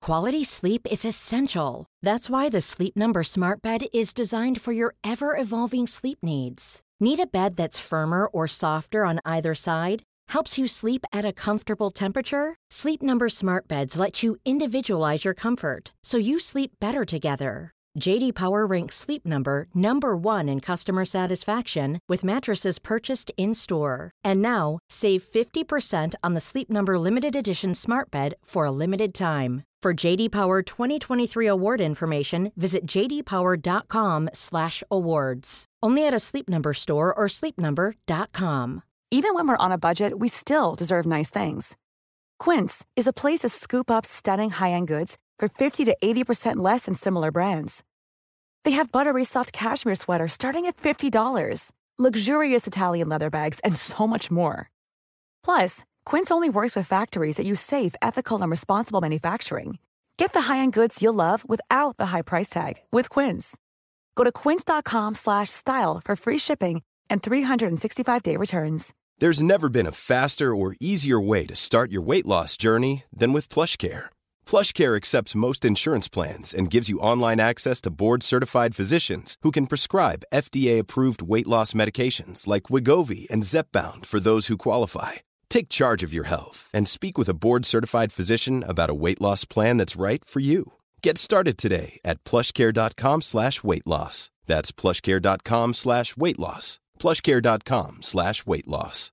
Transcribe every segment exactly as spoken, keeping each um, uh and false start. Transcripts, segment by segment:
Quality sleep is essential. That's why the Sleep Number Smart Bed is designed for your ever-evolving sleep needs. Need a bed that's firmer or softer on either side? Helps you sleep at a comfortable temperature? Sleep Number Smart Beds let you individualize your comfort, so you sleep better together. J D Power ranks Sleep Number number one in customer satisfaction with mattresses purchased in-store. And now, save fifty percent on the Sleep Number Limited Edition Smart Bed for a limited time. For J D Power twenty twenty-three award information, visit j d power dot com slash awards. Only at a Sleep Number store or sleep number dot com. Even when we're on a budget, we still deserve nice things. Quince is a place to scoop up stunning high-end goods for fifty to eighty percent less than similar brands. They have buttery soft cashmere sweaters starting at fifty dollars, luxurious Italian leather bags, and so much more. Plus, Quince only works with factories that use safe, ethical, and responsible manufacturing. Get the high-end goods you'll love without the high price tag with Quince. Go to quince dot com slash style for free shipping and three sixty-five day returns. There's never been a faster or easier way to start your weight loss journey than with PlushCare. PlushCare accepts most insurance plans and gives you online access to board-certified physicians who can prescribe F D A-approved weight loss medications like Wegovy and Zepbound for those who qualify. Take charge of your health and speak with a board-certified physician about a weight loss plan that's right for you. Get started today at plushcare.com slash weight loss. That's plushcare.com slash weight loss. plushcare.com slash weight loss.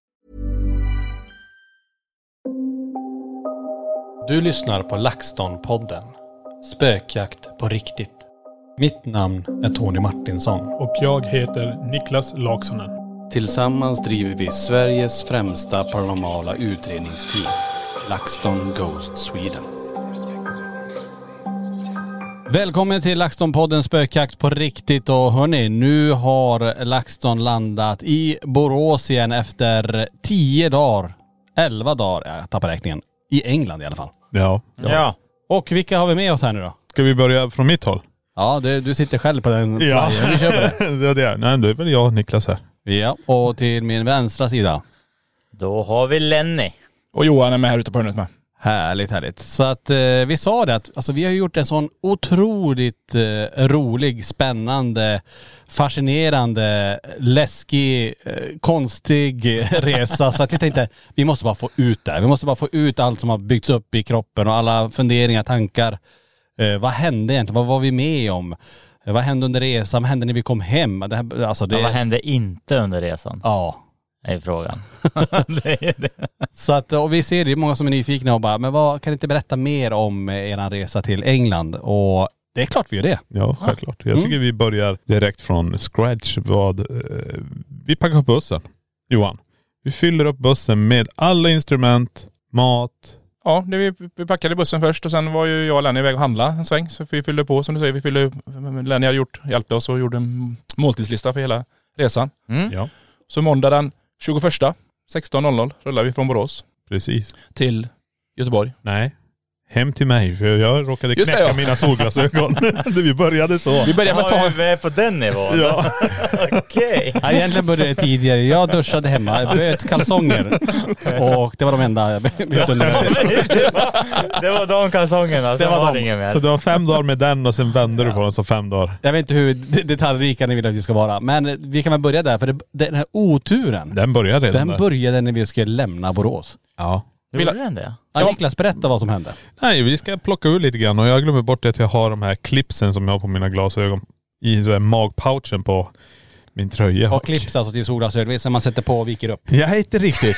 Du lyssnar på LaxTon-podden. Spökjakt på riktigt. Mitt namn är Tony Martinsson. Och jag heter Niklas Laksonen. Tillsammans driver vi Sveriges främsta paranormala utredningsteam. LaxTon Ghost Sweden. Välkommen till LaxTon-podden Spökjakt på riktigt. Och hörni, nu har LaxTon landat i Borås igen efter tio dagar. elva dagar, jag tappar räkningen. I England i alla fall. Ja. Ja. ja. Och vilka har vi med oss här nu då? Ska vi börja från mitt håll? Ja, det, du sitter själv på den. Ja. Vi kör på det. det är det. Nej, det är väl jag och Niklas här. Ja, och till min vänstra sida. Då har vi Lenny. Och Johan är med här ute på hörnet med. Härligt, härligt. Så att eh, vi sa det att alltså, vi har gjort en sån otroligt eh, rolig, spännande, fascinerande, läskig, eh, konstig resa. Så att vi tänkte, vi måste bara få ut det. Vi måste bara få ut allt som har byggts upp i kroppen och alla funderingar, tankar. Eh, vad hände egentligen? Vad var vi med om? Eh, vad hände under resan? Vad hände när vi kom hem? Det här, alltså, det ja, vad hände inte under resan? Ja. Är frågan. det är det. Så att, och vi ser det, många som är nyfikna och bara, men vad, kan ni inte berätta mer om er resa till England? Och det är klart vi gör det. Ja, självklart. Jag tycker mm. vi börjar direkt från scratch. Vad, eh, vi packar upp bussen. Johan, vi fyller upp bussen med alla instrument, mat. Ja, det vi, vi packade bussen först och sen var ju jag och Lenny iväg och handla en sväng. Så vi fyllde på, som du säger, vi fyllde, Lenny hade gjort, hjälpte oss och gjorde en måltidslista för hela resan. Mm. Ja. Så måndag den tjugoförsta sexton noll noll rullar vi från Borås. Precis. Till Göteborg. Nej. Hem till mig, för jag råkade knäcka det, ja. mina solglasögon. Vi började så. Vi började med att ta... Vi är på den nivån. Ja. Okej. Ja, egentligen började det tidigare. Jag duschade hemma, jag böt kalsonger. Och det var de enda jag bytte under. det, var, det var de kalsongerna. Det var, var de. Ingen mer. Så du har fem dagar med den och sen vänder du på den så fem dagar. Jag vet inte hur detaljrika ni vill att vi ska vara. Men vi kan väl börja där. För det, den här oturen. Den började redan Den där. började när vi skulle lämna Borås. Ja. Gjorde den det? Ja, Niklas, berätta vad som hände. Nej, vi ska plocka ur lite grann och jag glömmer bort att jag har de här clipsen som jag har på mina glasögon i så här magpouchen på min tröja. Och clips alltså till solglasögon som man sätter på och viker upp. Jag inte riktigt.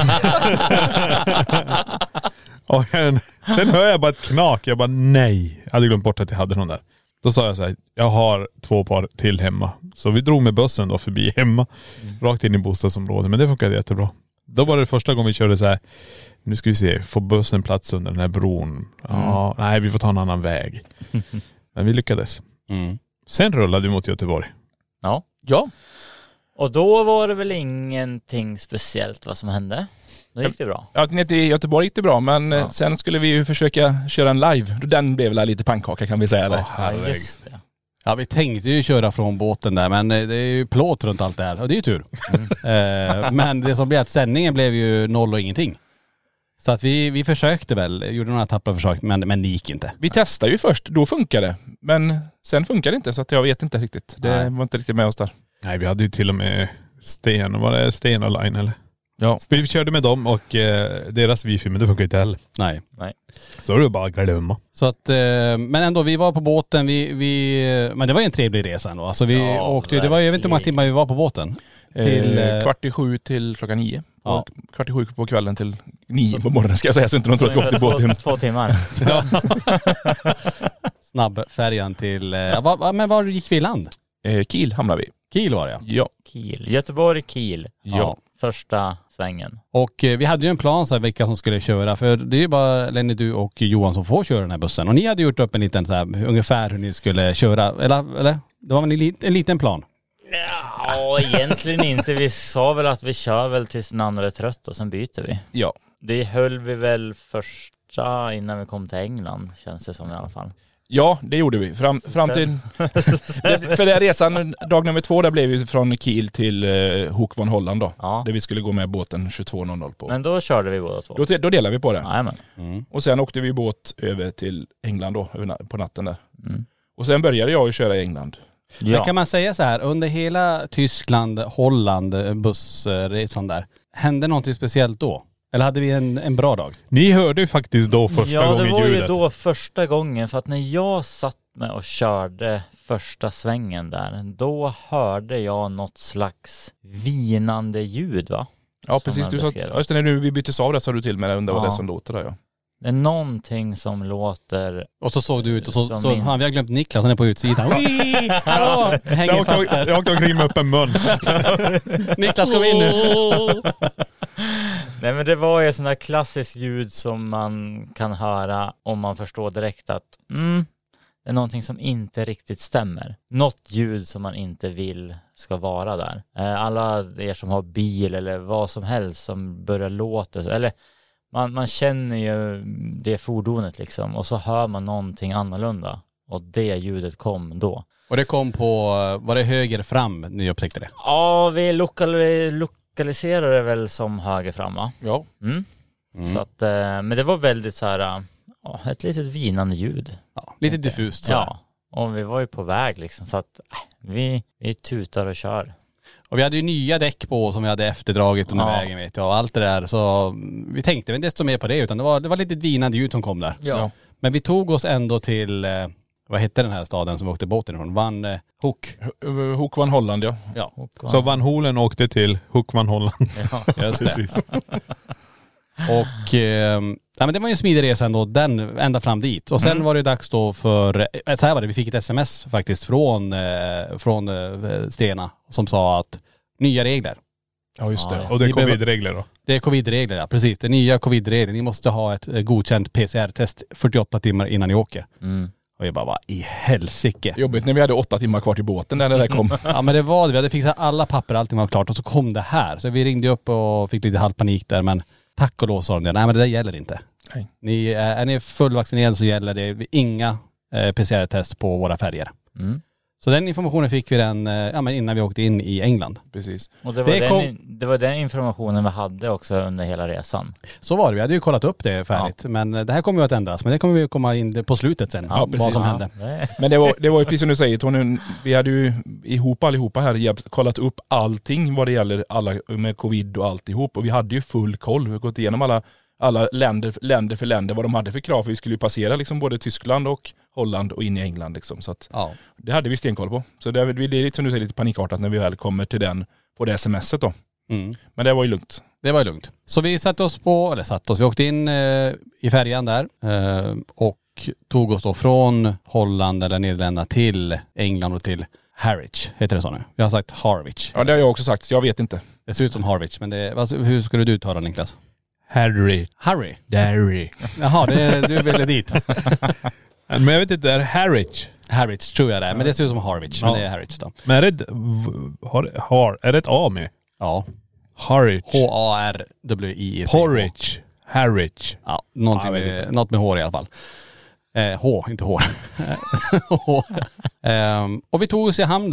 Och sen, sen hör jag bara ett knak. Jag bara nej. Jag hade glömt bort att jag hade någon där. Då sa jag så här, jag har två par till hemma. Så vi drog med bussen då förbi hemma. Mm. Rakt in i bostadsområdet. Men det funkade jättebra. Då var det första gången vi körde så här. Nu ska vi se, får bussen plats under den här bron? Ja, mm. Nej, vi får ta en annan väg. Men vi lyckades. Mm. Sen rullade vi mot Göteborg. Ja. Ja. Och då var det väl ingenting speciellt vad som hände? Då gick det bra. Ja, ner till Göteborg gick det bra, men ja. sen skulle vi ju försöka köra en live. Den blev väl lite pannkaka kan vi säga. Eller? Ja, just det. Ja, vi tänkte ju köra från båten där, men det är ju plåt runt allt det här. Och det är ju tur. Mm. eh, men det som blev att sändningen blev ju noll och ingenting. Så att vi, vi försökte väl, gjorde några tappra försök, men, men det gick inte. Vi testade ju först, då funkade det. Men sen funkar det inte, så att jag vet inte riktigt. Det Nej. var inte riktigt med oss där. Nej, vi hade ju till och med Sten, var det Sten Line eller? Ja. Vi körde med dem och eh, deras wifi, men det funkar inte heller. Nej. Nej. Så är det bara att glömma. Så att, eh, men ändå, vi var på båten, vi, vi, men det var ju en trevlig resa ändå. Alltså vi Ja, åkte ju, det var ju, jag vet inte hur många timmar vi var på båten. Till, eh, eh, kvart i sju till klockan nio. Ja. Och kvart i sju på kvällen till nio på morgonen ska jag säga, så inte de tror att vi åkte två, båten. två timmar. Snabbfärjan till, eh, var, men var gick vi i land? Eh, Kiel hamnade vi. Kiel var det ja. Ja. Kiel. Göteborg, Kiel. Ja. Första svängen. Och eh, vi hade ju en plan så här vilka som skulle köra, för det är ju bara Lenny, du och Johan som får köra den här bussen. Och ni hade gjort upp en liten så här, ungefär hur ni skulle köra, eller? eller? Det var väl en, lit, en liten plan? Ja, egentligen inte. Vi sa väl att vi kör väl tills den andra är trött och sen byter vi. Ja. Det höll vi väl första innan vi kom till England, känns det som i alla fall. Ja, det gjorde vi. Fram, fram till... för den resan, dag nummer två, där blev vi från Kiel till eh, Hoek van Holland då. Ja. Där vi skulle gå med båten tjugotvå noll noll på. Men då körde vi båda två. Då, då delade vi på det. Jajamän. Mm. Och sen åkte vi båt över till England då, över na- på natten där. Mm. Och sen började jag ju köra i England. Men Ja. kan man säga så här, under hela Tyskland, Holland, bussresan där, hände någonting speciellt då? Eller hade vi en, en bra dag? Ni hörde ju faktiskt då första ja, gången det var ljudet. ju då första gången, för att när jag satt med och körde första svängen där, då hörde jag något slags vinande ljud, va? Ja, Som precis. jag Du sa, beskrev. ja, just det, när du, vi byttes av det sa du till mig, det var Ja. det som låter där, ja. Det är någonting som låter... Och så såg du ut och så, Som så min- fan, vi har glömt Niklas, han är på utsidan. Wii! Hallå! Jag hänger Jag fast åkte, där. jag åkte omkring med öppen mun. Niklas, kom in nu. Nej, men det var ju ett sånt där klassiskt ljud som man kan höra om man förstår direkt att mm, det är någonting som inte riktigt stämmer. Något ljud som man inte vill ska vara där. Eh, Alla er som har bil eller vad som helst som börjar låta så- eller man, man känner ju det fordonet liksom, och så hör man någonting annorlunda. Och det ljudet kom då. Och det kom på, var det höger fram när jag upptäckte det? Ja, vi lokal- lokaliserade det väl som höger fram, va? Ja. Mm. Mm. Så att, eh, men det var väldigt så här, äh, ja, ett litet vinande ljud. Ja, lite diffust så. Ja, och vi var ju på väg liksom, så att äh, vi, vi tutar och kör. Och vi hade ju nya däck på som vi hade efterdragit under Ja. vägen vet jag, och allt det där. Så vi tänkte inte desto mer på det, utan det var, det var lite vinande ljud som kom där. Ja. Men vi tog oss ändå till, eh, vad hette den här staden som vi åkte båten ifrån? Van eh, Hoek. H- Hoek van Holland, ja. Ja, Så Van Holen åkte till Hoek van Holland. Ja. just det. Och eh, ja, men det var ju en smidig resa ändå, den ända fram dit. Och sen Mm. var det dags då för, eh, så här var det, vi fick ett sms faktiskt från, eh, från eh, Stena som sa att nya regler. Ja, just det. Ja, Och det Vi är behöver- covid-regler då. Det är covid-regler, ja. Precis. Det är nya covid-regler. Ni måste ha ett eh, godkänt P C R-test fyrtioåtta timmar innan ni åker. Mm. Och jag bara, vad i helsike. Jobbigt när vi hade åtta timmar kvar till båten när det där kom. Ja men det var det. Vi hade fixat alla papper, allting var klart och så kom det här. Så vi ringde upp och fick lite halvpanik där, men tack och lov sa de det. Nej men det där gäller inte. Nej. Ni, är, är ni fullvaccinerade så gäller det inga eh, P C R-test på våra färger. Mm. Så den informationen fick vi den, eh, ja, men innan vi åkte in i England. Precis. Och det var, Det den, kom- det var den informationen vi hade också under hela resan. Så var det. Vi hade ju kollat upp det färdigt. Men eh, det här kommer ju att ändras. Men det kommer vi komma in på slutet sen. Ja, vad precis. som Ja. hände. Det- Men det var, det var ju precis som du säger Tony, vi hade ju ihop allihopa här hjälpt, kollat upp allting vad det gäller alla med covid och alltihop. Och vi hade ju full koll. Vi har gått igenom alla, alla länder, länder för länder, vad de hade för krav. Vi skulle ju passera liksom både Tyskland och Holland och in i England liksom. Så att Ja. det hade vi stenkoll på. Så det, det är lite som du säger, lite panikartat när vi väl kommer till den på det smset då. Mm. Men det var ju lugnt. Det var ju lugnt. Så vi satte oss på, eller satte oss, vi åkte in eh, i färjan där eh, och tog oss då från Holland eller Nederländerna till England och till Harwich, heter det så nu? Jag har sagt Harwich. Ja, det har jag också sagt, så jag vet inte. Det ser ut som Harwich, men det, vad, hur skulle du uttala Niklas? Harry. Harry? Derry. Jaha, det, du ville dit. Men jag vet inte, det är Harwich. Harwich tror jag det är, men det ser ut som Harwich, men Ja. det är Harwich då. Men är det, ett v- har, har, är det ett A med? Ja. Harwich. H A R W I E C. Harwich. Harwich. Ja, någonting Ja, jag vet med, något med hår i alla fall. Eh, H, inte hår. H. Ehm, och vi tog oss i hamn där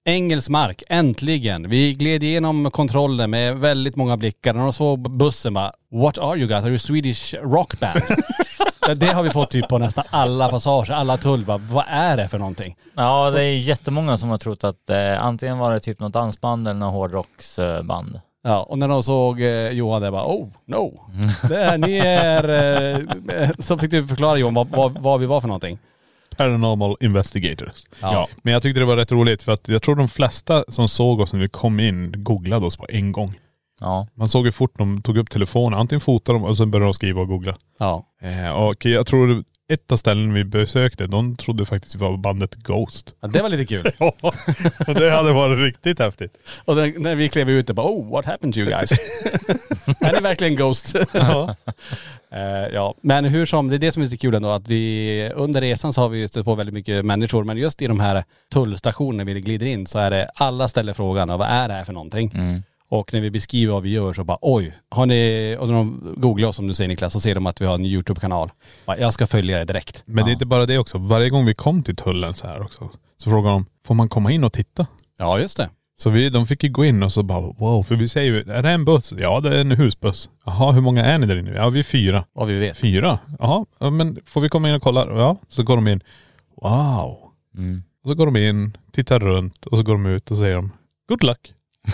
Engelsk mark, äntligen. Vi gled igenom kontrollen med väldigt många blickar. När de såg bussen bara, what are you guys? Are you Swedish rock band? Det har vi fått typ på nästan alla passager, alla tull. Bara, vad är det för någonting? Ja, det är jättemånga som har trott att eh, antingen var det typ något dansband eller något hårdrocksband. Ja, och när de såg eh, Johan där bara, oh, no. Det är, ni är... Eh, så fick du förklara Johan vad, vad, vad vi var för någonting. Paranormal Investigators. Ja. Ja. Men jag tyckte det var rätt roligt för att jag tror de flesta som såg oss när vi kom in googlade oss på en gång. Ja. Man såg ju fort de tog upp telefonen. Antingen fotade de och sen började de skriva och googla. Ja. Eh, och jag tror ett av ställen vi besökte, de trodde faktiskt vi var bandet Ghost. Ja, det var lite kul. Ja, det hade varit riktigt häftigt. Och när, när vi klev ut och bara, oh, what happened to you guys? Är det verkligen Ghost? Ja. uh, ja, men hur som, det är det som är lite kul ändå, att vi under resan så har vi stött på väldigt mycket människor, men just i de här tullstationerna vi glider in så är det, alla ställer frågan, vad är det här för någonting? Mm. Och när vi beskriver vad vi gör så bara, oj, har ni, och när de googlar oss som du säger Niklas, så ser de att vi har en YouTube-kanal. Jag ska följa det direkt. Men ja. Det är inte bara det också. Varje gång vi kom till tullen så här också, så frågar de, får man komma in och titta? Ja, just det. Så vi, de fick ju gå in och så bara, wow, för vi säger ju, är det en buss? Ja, det är en husbuss. Jaha, hur många är ni där inne? Ja, vi är fyra. Vad vi vet. Fyra? Jaha, ja, men får vi komma in och kolla? Ja, så går de in. Wow. Mm. Och så går de in, tittar runt och så går de ut och säger de, good luck.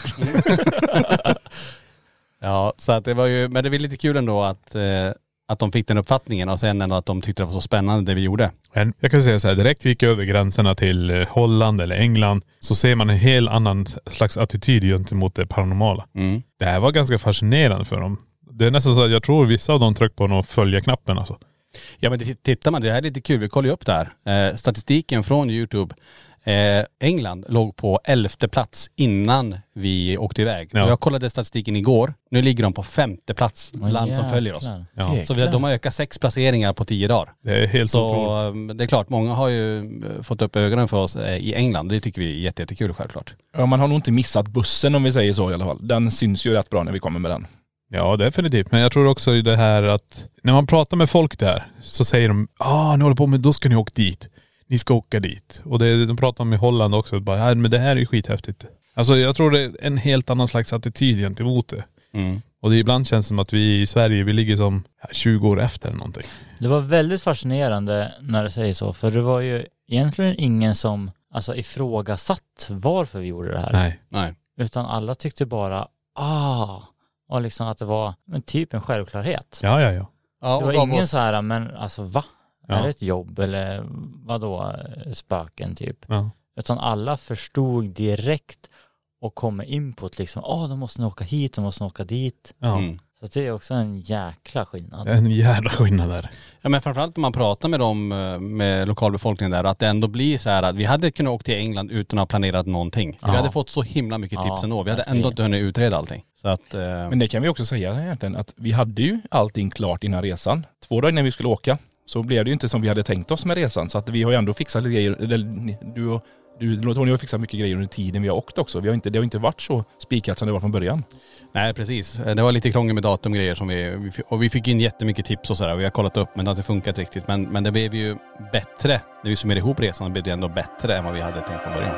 Ja, så att det var ju, men det var lite kul ändå att, eh, att de fick den uppfattningen och sen ändå att de tyckte det var så spännande det vi gjorde. Men jag kan säga så här, direkt vi gick över gränserna till Holland eller England så ser man en helt annan slags attityd gentemot det paranormala. Mm. Det här var ganska fascinerande för dem. Det är nästan så att jag tror vissa av dem tryckte på någon följa-knappen alltså. Ja, men det, tittar man, det här är lite kul, vi kollar ju upp det här. Eh, statistiken från YouTube. Eh, England låg på elfte plats innan vi åkte iväg. Ja. Och jag kollade statistiken igår. Nu ligger de på femte plats, Oh, land som jäklar. följer oss. Ja. Så vi, de har ökat sex placeringar på tio dagar. Det är helt Så otroligt. eh, det är klart, många har ju eh, fått upp ögonen för oss eh, i England. Det tycker vi är jätte, jättekul självklart. Ja, man har nog inte missat bussen om vi säger så i alla fall. Den syns ju rätt bra när vi kommer med den. Ja, definitivt. Men jag tror också i det här att när man pratar med folk där så säger de, ah, ni håller på med, då ska ni åka dit. Ni ska åka dit. Och det, de pratar om i Holland också. Bara, ja, men det här är ju skithäftigt. Alltså jag tror det är en helt annan slags attityd gentemot det. Mm. Och det ibland känns som att vi i Sverige, vi ligger som tjugo år efter eller någonting. Det var väldigt fascinerande när du säger så. För det var ju egentligen ingen som alltså, ifrågasatt varför vi gjorde det här. Nej. Nej. Utan alla tyckte bara, ah, och liksom att det var men typ en självklarhet. Ja, ja, ja. Ja, Det och var gav ingen oss- så här, men alltså va? Ja. Är det ett jobb eller vadå, spöken typ? Ja. Utan alla förstod direkt och kom med input liksom, åh, oh, de måste åka hit, de måste åka dit. Ja. Mm. Så det är också en jäkla skillnad. En jävla skillnad där. Ja, men framförallt när man pratar med dem, eh, med lokalbefolkningen där, att det ändå blir så här att vi hade kunnat åka till England utan att ha planerat någonting. Ja. Vi hade fått så himla mycket Ja, tips ändå. Vi hade verkligen. ändå inte hunnit utreda allting. Så att, eh, Men det kan vi också säga egentligen att vi hade ju allting klart innan resan. Två dagar innan vi skulle åka så blev det ju inte som vi hade tänkt oss med resan. Så att vi har ju ändå fixat lite grejer. Eller, ni- du och du, Tony har fixat mycket grejer under tiden vi har åkt också. Vi har inte, det har inte varit så spikat som det var från början. nej, precis. Det var lite krångel med datumgrejer som vi, vi fick- och vi fick in jättemycket tips och sådär. Vi har kollat upp, men det har inte funkat riktigt. Men, men det blev ju bättre. När vi summerade ihop resan blev det ändå bättre än vad vi hade tänkt från början.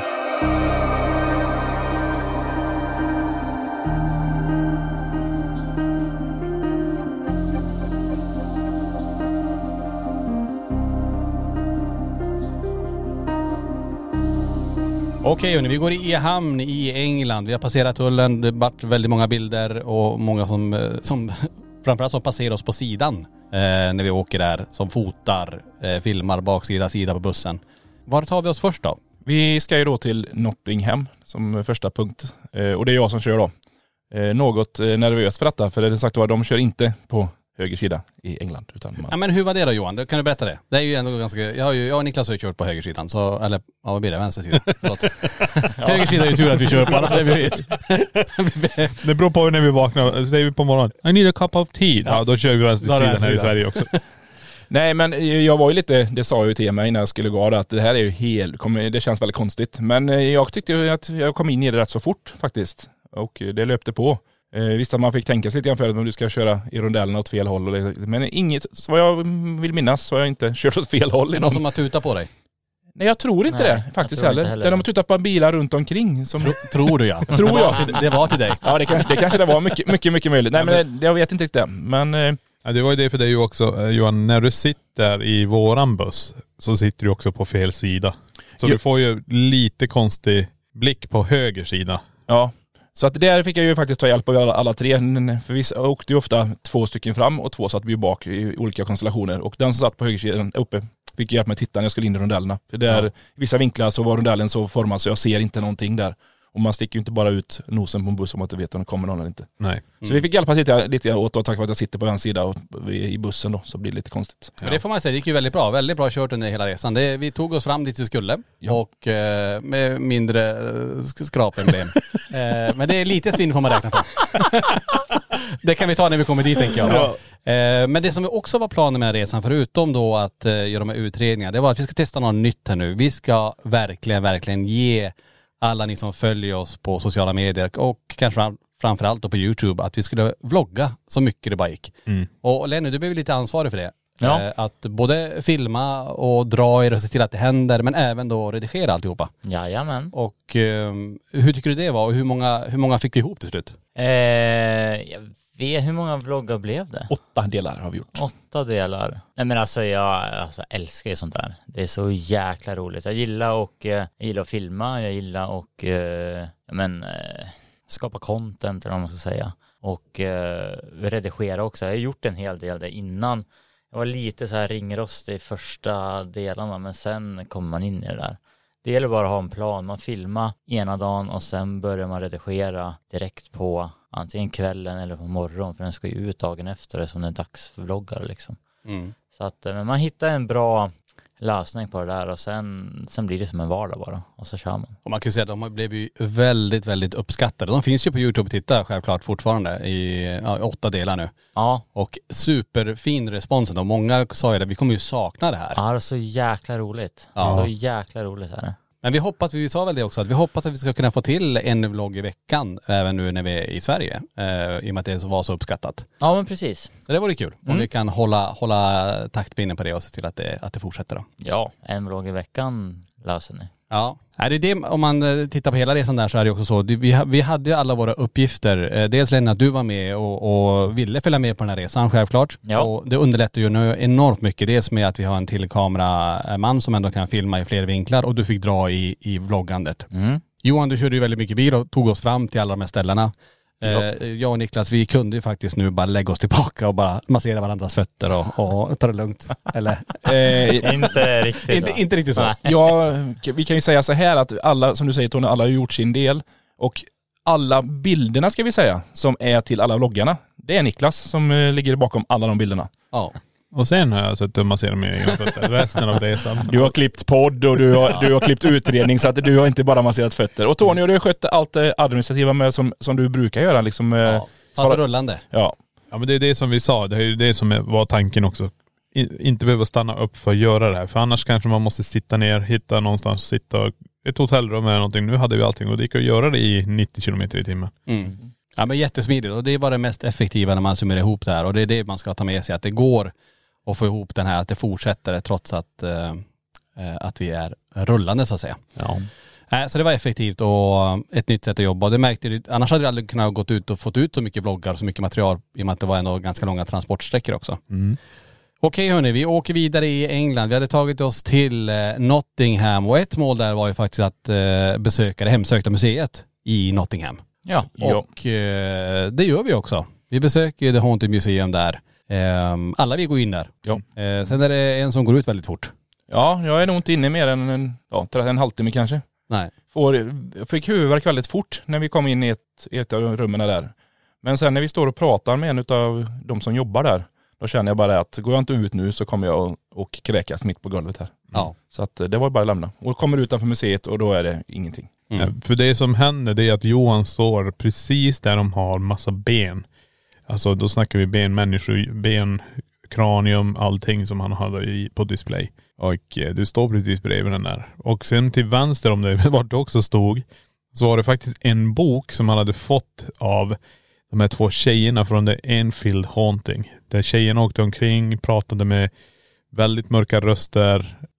Okej, hörni, vi går i hamn i England. Vi har passerat tullen. Det har varit väldigt många bilder och många som, eh, som framförallt som passerar oss på sidan eh, när vi åker där. Som fotar, eh, filmar baksida, sida på bussen. Var tar vi oss först då? Vi ska ju då till Nottingham som första punkt. Eh, och det är jag som kör då. Eh, något eh, nervös för detta. För det är sagt var, de kör inte på höger sida i England. Utan man... Ja, men hur var det då Johan? Kan du berätta det? Det är ju ändå ganska... Jag, har ju, jag och Niklas har ju kört på högersidan. Så, eller, ja vad blir det? Vänstersidan. Förlåt. Högersidan är ju tur att vi kör på. Alla, det vi vet. Det beror på när vi vaknar. Säger vi på morgonen, I need a cup of tea. Ja, då kör vi Då är vänstersidan det här i vänstersidan. Sverige också. Nej, men jag var ju lite, det sa jag ju till mig när jag skulle gå, att det här är ju helt, det känns väldigt konstigt. Men jag tyckte ju att jag kom in i det rätt så fort faktiskt. Och det löpte på. Visst att man fick tänka sig lite grann för att du ska köra i rondellen åt fel håll. Och det, men inget, så vad jag vill minnas så har jag inte kört åt fel håll. I Någon någon. som har tutat på dig? Nej, jag tror inte Nej, det faktiskt tror inte heller. heller. Där de har tittat på bilar runt omkring. Som... Tro, tror du ja. Tror jag. Det, det var till dig. Ja, det kanske det, kanske det var. Mycket, mycket, mycket möjligt. Nej, men det, jag vet inte riktigt. Men... Eh... Ja, det var ju det för dig ju också, eh, Johan. När du sitter i våran buss så sitter du också på fel sida. Så Jo. du får ju lite konstig blick på höger sida. Ja. Så att där fick jag ju faktiskt ta hjälp av alla, alla tre. För vi åkte ju ofta två stycken fram och två satt vi bak i olika konstellationer. Och den som satt på högersidan uppe fick hjälp med att titta när jag skulle in i rondellerna. För där Ja. i vissa vinklar så var rondellen så formad så jag ser inte någonting där. Och man sticker ju inte bara ut nosen på en buss om man inte vet om det kommer någon eller inte. Nej. Så vi fick hjälpa lite, lite åt och tack vare att jag sitter på en sida och i bussen då så blir det lite konstigt. Men det får man säga, det gick ju väldigt bra. Väldigt bra kört under hela resan. Det, vi tog oss fram dit vi skulle Ja. och eh, med mindre eh, sk- skrapemblem. eh, men det är lite svinn får man räkna på. Det kan vi ta när vi kommer dit tänker jag. Ja. Eh, men det som också var planen med den här resan, förutom då att eh, göra de här utredningarna, det var att vi ska testa något nytt här nu. Vi ska verkligen, verkligen ge alla ni som följer oss på sociala medier och kanske fram, framförallt då på YouTube att vi skulle vlogga så mycket det bara gick. Mm. Och Lenny, du blev lite ansvarig för det. Ja. Eh, att både filma och dra er och se till att det händer, men även då redigera alltihopa. Jajamän. Och eh, hur tycker du det var och hur många, hur många fick vi ihop till slut? Eh, jag vet, hur många vloggar blev det? Åtta delar har vi gjort. Åtta delar. Nej men alltså jag alltså, älskar ju sånt där. Det är så jäkla roligt. Jag gillar och eh, jag gillar att filma, jag gillar och eh, men eh, skapa content eller vad man ska säga. Och eh, redigera också. Jag har gjort en hel del det innan. Jag var lite så här ringrostig i första delarna men sen kommer man in i det där. Det gäller bara att ha en plan. Man filmar ena dagen och sen börjar man redigera direkt på antingen kvällen eller på morgonen för den ska ju ut dagen efter det som en dagsvloggare liksom. Mm. Så att men man hittar en bra lösning på det där och sen, sen blir det som en vardag bara och så kör man. Och man kan ju säga att de blev ju väldigt, väldigt uppskattade. De finns ju på YouTube att titta självklart fortfarande i ja, åtta delar nu. Ja, Och superfin responsen och många sa ju det, vi kommer ju sakna det här. ja det är så jäkla roligt. Ja. Så jäkla roligt är det. Men vi hoppas, vi sa väl det också, att vi hoppas att vi ska kunna få till en vlogg i veckan även nu när vi är i Sverige. Eh, I och med att det var så uppskattat. Ja men precis. Så det vore kul om Mm. vi kan hålla, hålla taktpinnen på det och se till att det, att det fortsätter då. Ja, en vlogg i veckan löser ni. Ja, är det det, om man eh, tittar på hela resan där så är det också så. Det- Vi, ha- vi hade ju alla våra uppgifter. Eh, Dels Lena, att du var med och, och ville följa med på den här resan självklart. Ja. Och det underlättar ju nu enormt mycket. Dels med att vi har en till kameraman som ändå kan filma i flera vinklar och du fick dra i, i vloggandet. Mm. Johan, du körde ju väldigt mycket bil och tog oss fram till alla de här ställena. Ja. Eh, jag och Niklas, vi kunde ju faktiskt nu bara lägga oss tillbaka och bara massera varandras fötter och, och ta det lugnt. Eller? Eh, Inte riktigt inte, så. inte riktigt så. Nej. Ja, vi kan ju säga så här att alla, som du säger Tony, alla har gjort sin del. Och alla bilderna ska vi säga, som är till alla vloggarna, det är Niklas som eh, ligger bakom alla de bilderna. Ja. Och sen har jag suttit och masserat med egna fötter resten av resan. Du har klippt podd och du har, du har klippt utredning så att du har inte bara masserat fötter. Och Tony, du har skött allt det administrativa med som, som du brukar göra. Liksom, eh, Ja. Fast svara- rullande. ja. Ja men det är det som vi sa, det är ju det som var tanken också. I, inte behöva stanna upp för att göra det här. För annars kanske man måste sitta ner, hitta någonstans, sitta ett hotellrum eller någonting. Nu hade vi allting och det gick att göra det i nittio kilometer i timmen. Mm. Ja men jättesmidigt och det var det mest effektiva när man summerar ihop det här och det är det man ska ta med sig, att det går att få ihop den här, att det fortsätter trots att, eh, att vi är rullande så att säga. Ja. Nej, så det var effektivt och ett nytt sätt att jobba. Och det märkte du, annars hade vi aldrig kunnat gått ut och fått ut så mycket vloggar och så mycket material i och med att det var ändå ganska långa transportsträckor också. Mm. Okej hörni, vi åker vidare i England. Vi hade tagit oss till eh, Nottingham och ett mål där var ju faktiskt att eh, besöka det hemsökta museet i Nottingham. Ja. Och eh, det gör vi också. Vi besöker The Haunted Museum där. Eh, alla vi går in där. Ja. Eh, sen är det en som går ut väldigt fort. ja, jag är nog inte inne mer än en, ja, en halvtimme kanske. Nej. Får, jag fick huvudvärk väldigt fort när vi kom in i ett, i ett av rummen där. Men sen när vi står och pratar med en av de som jobbar där, då känner jag bara att går jag inte ut nu så kommer jag och, och kräkas mitt på golvet här. Ja. Så att det var bara att lämna. Och kommer utanför museet och då är det ingenting. Mm. Ja, för det som händer det är att Johan står precis där de har massa ben. Alltså då snackar vi ben, människor, ben, kranium, allting som han hade i, på display. Och eh, du står precis bredvid den där. Och sen till vänster om det, vart det också stod, så var det faktiskt en bok som han hade fått av de här två tjejerna från The Enfield Haunting. Där tjejerna åkte omkring, pratade med väldigt mörka röster,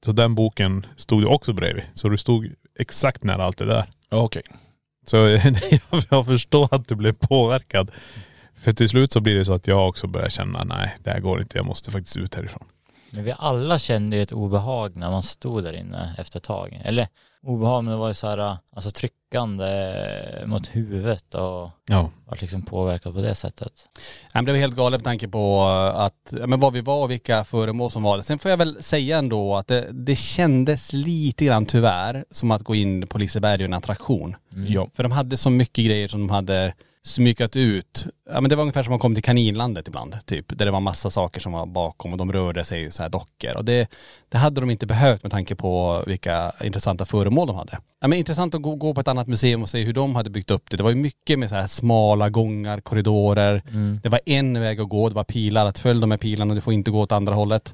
Så den boken stod ju också bredvid. Så du stod exakt nära allt det där. Ja, okej. Så jag förstår att du blev påverkad. För till slut så blir det så att jag också börjar känna, nej, det här går inte. Jag måste faktiskt ut härifrån. Men vi alla kände ju ett obehag när man stod där inne efter ett tag. Eller obehag, men det var ju så här, alltså tryckande mot huvudet och Ja. var liksom påverkat på det sättet. Jag blev helt galet med tanke på att, men vad vi var och vilka föremål som var det. Sen får jag väl säga ändå att det, det kändes lite grann tyvärr som att gå in på Liseberg och en attraktion. Mm. Ja. För de hade så mycket grejer som de hade smykat ut. Ja, men det var ungefär som att man kom till Kaninlandet ibland, typ. Där det var massa saker som var bakom och de rörde sig så här dockor. Och det, det hade de inte behövt med tanke på vilka intressanta föremål de hade. Ja, men intressant att gå, gå på ett annat museum och se hur de hade byggt upp det. Det var ju mycket med så här smala gångar, korridorer. Mm. Det var en väg att gå, det var pilar. Att följa de här pilarna, du får inte gå åt andra hållet.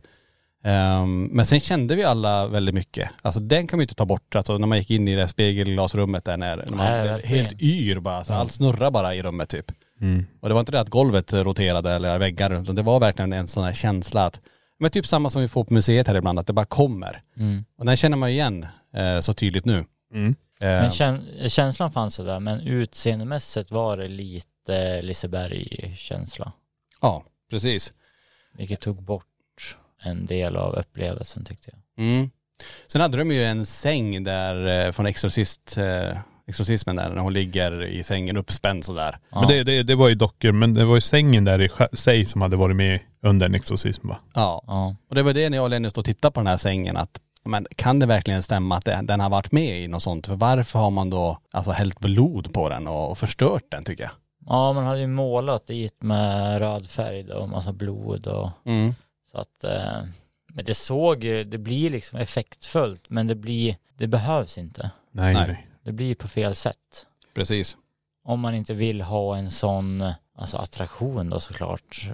Um, men sen kände vi alla väldigt mycket. Alltså den kan man ju inte ta bort. Alltså när man gick in i det spegelglasrummet där när, när man Nej, blev helt yr bara. Så mm. allt snurrar bara i rummet typ. Mm. Och det var inte det att golvet roterade eller väggar runt. Det var verkligen en sån här känsla att, men typ samma som vi får på museet här ibland, att det bara kommer. Mm. Och den känner man ju igen eh, så tydligt nu. Mm. Eh, Men käns- känslan fanns det där, men utseendemässigt var det lite Liseberg-känsla. Ja, precis. Vilket tog bort en del av upplevelsen tyckte jag. Mm. Sen hade de ju en säng där eh, från Exorcist, eh, Exorcismen där, när hon ligger i sängen uppspänd sådär. Ja. Men det, det, det var ju dockor, men det var ju sängen där i sig som hade varit med under en exorcism, va? Ja. Ja. Och det var det när jag och Lenny stod och tittade på den här sängen, att men kan det verkligen stämma att det, den har varit med i något sånt? För varför har man då alltså hällt blod på den och, och förstört den, tycker jag? Ja, man hade ju målat dit med röd färg och massa blod och Mm. så att eh, men det såg ju, det blir liksom effektfullt, men det blir, det behövs inte. Nej, Nej. nej. Det blir på fel sätt. Precis. Om man inte vill ha en sån alltså attraktion då såklart.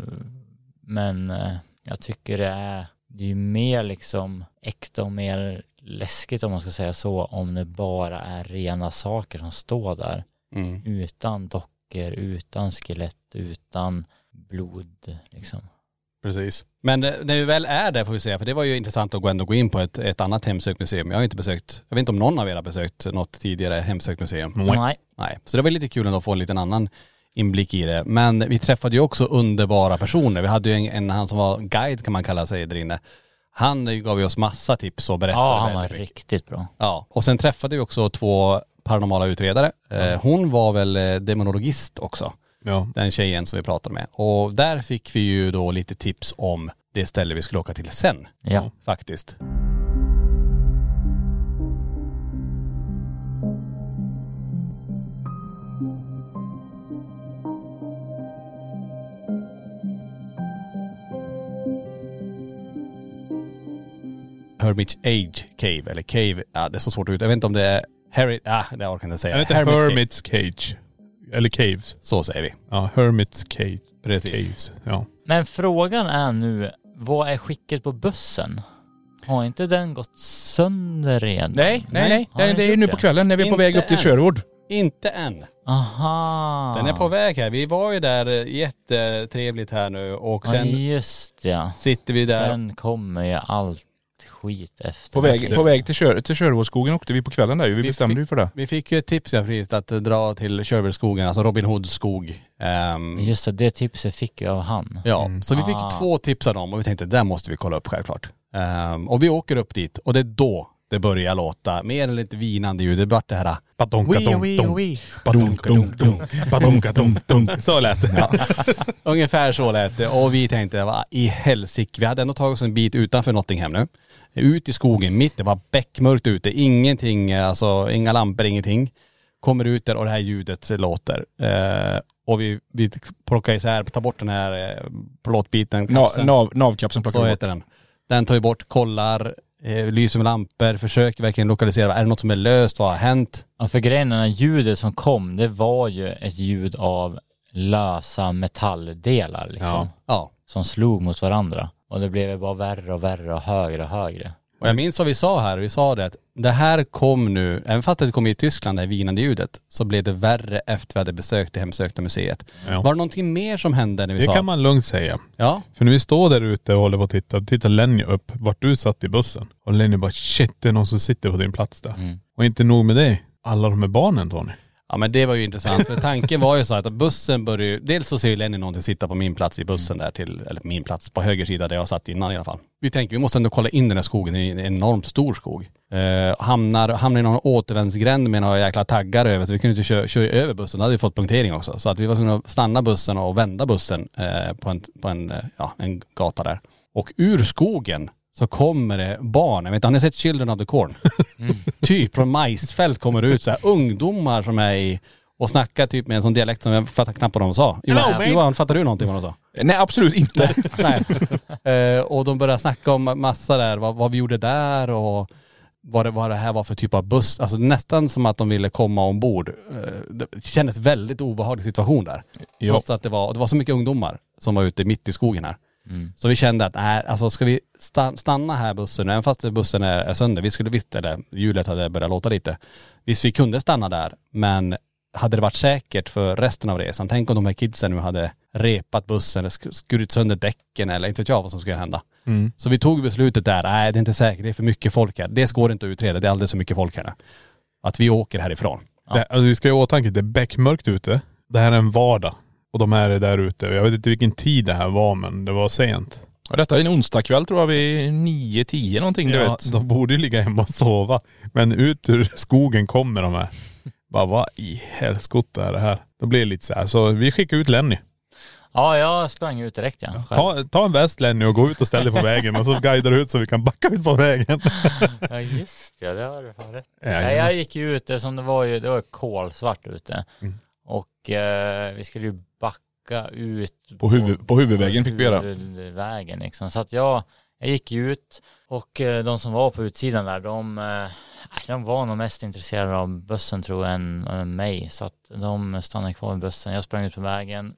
Men eh, jag tycker det är, det är ju mer liksom äkta och mer läskigt om man ska säga så, om det bara är rena saker som står där. Mm. Utan dockor, utan skelett, utan blod liksom. Precis. Men eh, när vi väl är där får vi säga, för det var ju intressant att gå, ändå gå in på ett, ett annat hemsökt museum. Jag har inte besökt, jag vet inte om någon av er har besökt något tidigare hemsökt museum. Nej. Nej. Nej. Så det var lite kul ändå att få en liten annan inblick i det. Men vi träffade ju också underbara personer. Vi hade ju en, en han som var guide kan man kalla sig där inne. Han gav ju oss massa tips och berättade. Ja, han var väldigt mycket. riktigt bra. Ja, och sen träffade vi också två paranormala utredare. Eh, hon var väl eh, demonologist också. Ja. Den tjejen som vi pratade med. Och där fick vi ju då lite tips om det ställe vi skulle åka till sen. Ja. Faktiskt. Hermit's Age Cave, eller Cave, ja det är så svårt att ut. Jag vet inte om det är Harry, ja det orkar jag inte säga. Jag vet inte, Hermit's Cage. Eller Caves. Så säger vi. Ja, Hermit's Cage. Precis. Caves. Ja. Men frågan är nu, vad är skicket på bussen? Har inte den gått sönder redan? Nej, nej, nej. Har Det, den det är ju gjort nu det? på kvällen när vi är på Inte väg upp till än. Sherwood. Inte än. Aha. Den är på väg här. Vi var ju där, jättetrevligt här nu och sen Ja, just ja. sitter vi där. Sen kommer ju allt skit efter. På väg, på väg till, Kör, till Sherwoodskogen åkte vi på kvällen där ju. Vi, Vi bestämde fick- ju för det. Vi fick ju ett tips ja, precis, att dra till Sherwoodskogen, alltså Robin Hoods skog. Ehm, Just det, det tipset fick jag av han. ja, Mm. så vi fick Ah. två tips av dem och vi tänkte där måste vi kolla upp självklart. Ehm, och vi åker upp dit och det är då det börjar låta mer eller lite vinande ljud. Det vart det här Badonka, wee, dong, wee, dong. wee. Badonka, dong, dong. Badonka, dong, dong. Så lät det. Ja. Ungefär så lät det. Och vi tänkte, vad i helsike. Vi hade ändå tagit oss en bit utanför Nottingham nu. Ut i skogen mitt, det var beckmörkt ute. Ingenting, alltså inga lampor, ingenting. Kommer ut där och det här ljudet låter. Eh, och vi, vi plockar isär, tar bort den här eh, plåtbiten. Na, kapseln. nav, navkapseln plockar Så vi bort. heter den. Den tar vi bort, kollar, eh, lyser med lampor, försöker verkligen lokalisera. Är det något som är löst? Vad har hänt? Ja, för grejen är, ljudet som kom, det var ju ett ljud av lösa metalldelar liksom. Ja. Ja. Som slog mot varandra. Och det blev bara värre och värre och högre och högre. Och jag minns vad vi sa här, vi sa det att det här kom nu, även fast det kom i Tyskland, det här vinande ljudet, så blev det värre efter vi hade besökt det hemsökta museet. Ja. Var det någonting mer som hände när vi Det sa? kan man lugnt säga. Ja. För när vi står där ute och håller på att titta, tittar Lenny upp vart du satt i bussen. Och Lenny bara, shit, det är någon som sitter på din plats där. Mm. Och inte nog med det, alla de här barnen, Tony. Ja men det var ju intressant, för tanken var ju så att bussen började ju, dels så ser ju Lenny någonting sitta på min plats i bussen där till, eller på min plats på höger sida där jag satt innan i alla fall. Vi tänker vi måste ändå kolla in den här skogen, det är en enormt stor skog. Eh, hamnar, hamnar i någon återvändsgränd med några jäkla taggar över, så vi kunde inte köra, köra över bussen, då hade vi fått punktering också. Så att vi var tvungna att stanna bussen och vända bussen eh, på, en, på en, ja, en gata där. Och ur skogen så kommer det barn, jag vet inte, har ni sett Children of the Corn? Mm. Typ från majsfält kommer det ut så här ungdomar som är i och snackar typ med en sån dialekt som jag fattar knappt vad de sa. Johan, Hello, Johan, fattar du någonting vad de sa? Nej, absolut inte. Nej. Eh, och de började snacka om massa där, vad, vad vi gjorde där och vad det, vad det här var för typ av buss. Alltså nästan som att de ville komma ombord. Eh, det kändes väldigt obehaglig situation där. Ja. Trots att det var, det var så mycket ungdomar som var ute mitt i skogen här. Mm. Så vi kände att nej, alltså ska vi stanna här bussen, även fast bussen är, är sönder, vi skulle visst, eller hjulet hade börjat låta lite. Visst vi kunde stanna där, men hade det varit säkert för resten av resan, tänk om de här kidsen nu hade repat bussen eller skurit sönder däcken eller inte vet jag vad som skulle hända. Mm. Så vi tog beslutet där, nej det är inte säkert, det är för mycket folk här. Det går inte att utreda, det är alldeles så mycket folk här. Att vi åker härifrån. Ja. Det, alltså, vi ska ju åtanke, det är bäckmörkt ute. Det här är en vardag. Och de här är där ute. Jag vet inte vilken tid det här var, men det var sent. Ja, detta är en onsdagkväll tror jag, vid nio tio någonting, du ja, vet. De borde ju ligga hemma och sova. Men ut ur skogen kommer de här. Bara vad i helskotta är det här? Då blir det lite så här. Så vi skickar ut Lenny. Ja, jag sprang ut direkt ja. Ta, ta en väst Lenny och gå ut och ställ dig på vägen. Och så guidar du ut så vi kan backa ut på vägen. Ja just ja, det har du fan rätt. Ja, ja. Jag gick ju ut, som det var ju, det var kolsvart ute. Mm. Och eh, vi skulle ju backa ut på, huvud, på huvudvägen fick vi göra. Huvudvägen liksom. Så att jag, jag gick ut och eh, de som var på utsidan där, de, eh, de var nog mest intresserade av bussen tror jag än, än mig. Så att de stannade kvar i bussen. Jag sprang ut på vägen.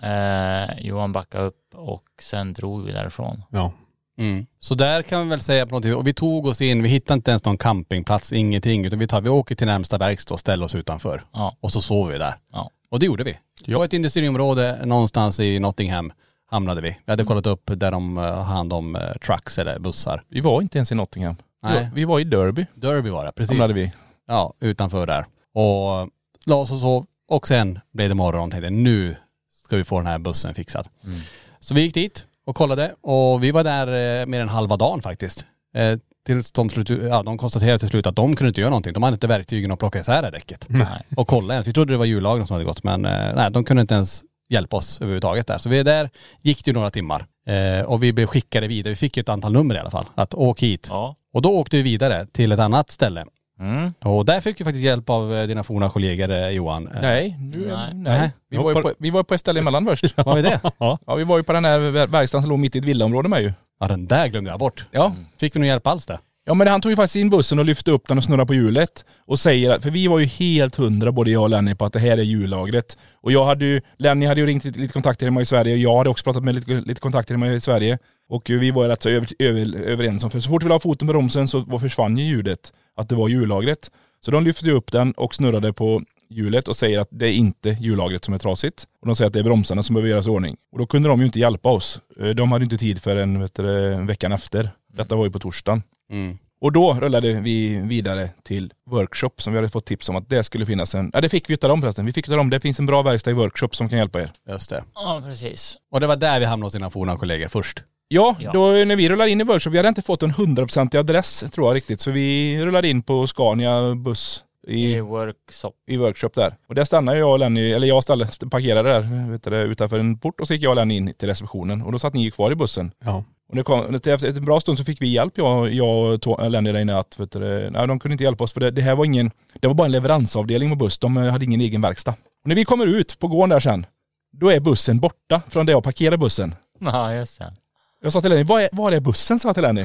Eh, Johan backade upp och sen drog vi därifrån. Ja. Mm. Så där kan vi väl säga på någonting. Och vi tog oss in, vi hittade inte ens någon campingplats, ingenting. Utan vi, tar, vi åker till närmsta verkstad och ställer oss utanför. Ja. Och så sover vi där. Ja. Och det gjorde vi. Ja. På ett industriområde någonstans i Nottingham hamnade vi. Vi hade kollat upp där de har hand om uh, trucks eller bussar. Vi var inte ens i Nottingham. Nej. Vi var i Derby. Derby var det, precis. Hamnade vi. Ja, utanför där. Och la oss och sov. Och sen blev det morgon och tänkte nu ska vi få den här bussen fixad. Mm. Så vi gick dit och kollade och vi var där eh, mer än halva dagen faktiskt. Eh, tills de, slut, ja, de konstaterade till slut att de kunde inte göra någonting. De hade inte verktygen att plocka isär det däcket. Nej. Och kolla ens. Vi trodde det var hjullagren som hade gått, men eh, nej, de kunde inte ens hjälpa oss överhuvudtaget där. Så vi är där, gick det ju några timmar. Eh, och vi blev skickade vidare. Vi fick ju ett antal nummer i alla fall. Att åk hit. Ja. Och då åkte vi vidare till ett annat ställe. Mm. Och där fick vi faktiskt hjälp av dina forna kollegor Johan. Nej, du, nej. nej. Vi, var ju på, vi var på ett ställe emellan först. Var vi det? Ja. Ja, vi var ju på den här verkstaden som låg mitt i ett villaområde med ju. Ja, den där glömde jag bort. Ja. Fick vi någon hjälp alls där? Ja, men han tog ju faktiskt in bussen och lyfte upp den och snurrade på hjulet och säger, för vi var ju helt hundra både jag och Lenny på att det här är hjullagret. Och jag hade ju, Lenny hade ju ringt lite, lite kontakter hemma i Sverige och jag hade också pratat med lite, lite kontakter hemma i Sverige. Och vi var ju rätt så över, över, överens om, för så fort vi la foten på bromsen så försvann ju ljudet att det var hjullagret. Så de lyfte upp den och snurrade på hjulet och säger att det är inte hjullagret som är trasigt. Och de säger att det är bromsarna som behöver göras i ordning. Och då kunde de ju inte hjälpa oss. De hade inte tid för en, vet du, en veckan efter. Detta var ju på torsdagen. Mm. Och då rullade vi vidare till workshop som vi hade fått tips om att det skulle finnas en... Ja, det fick vi utav dem förresten. Vi fick utav dem. Det finns en bra verkstad i workshop som kan hjälpa er. Just det. Ja, precis. Och det var där vi hamnade hos dina forna kollegor först. Ja, ja, då när vi rullade in i workshop, vi hade inte fått en hundraprocentig adress tror jag riktigt. Så vi rullade in på Scania buss i, I workshop. I workshop där. Och där stannade jag och Lenny, eller jag ställde, parkerade där vet du, utanför en port och så gick jag och Lenny in till receptionen. Och då satt ni kvar i bussen. Ja. Och det kom, efter en bra stund så fick vi hjälp, jag, jag och Lenny där inne att vet du, nej, de kunde inte hjälpa oss för det, det här var ingen, det var bara en leveransavdelning på buss. De hade ingen egen verkstad. Och när vi kommer ut på gården där sen, då är bussen borta från där jag parkerade bussen. Ja, just det. Jag sa till Lenny, var är, var är bussen? Sa jag till Lenny.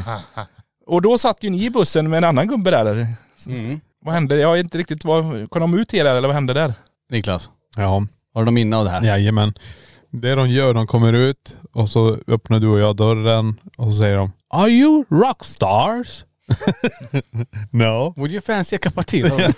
Och då satt ju ni i bussen med en annan gubbe där. Mm. Vad hände? Jag vet inte riktigt, vad, kom de ut till er eller vad hände där? Niklas? Ja. Har de minne av det här? Jajamän. Det de gör, de kommer ut och så öppnar du och jag dörren och så säger de, are you rockstars? No. Would you fancy a cup of tea?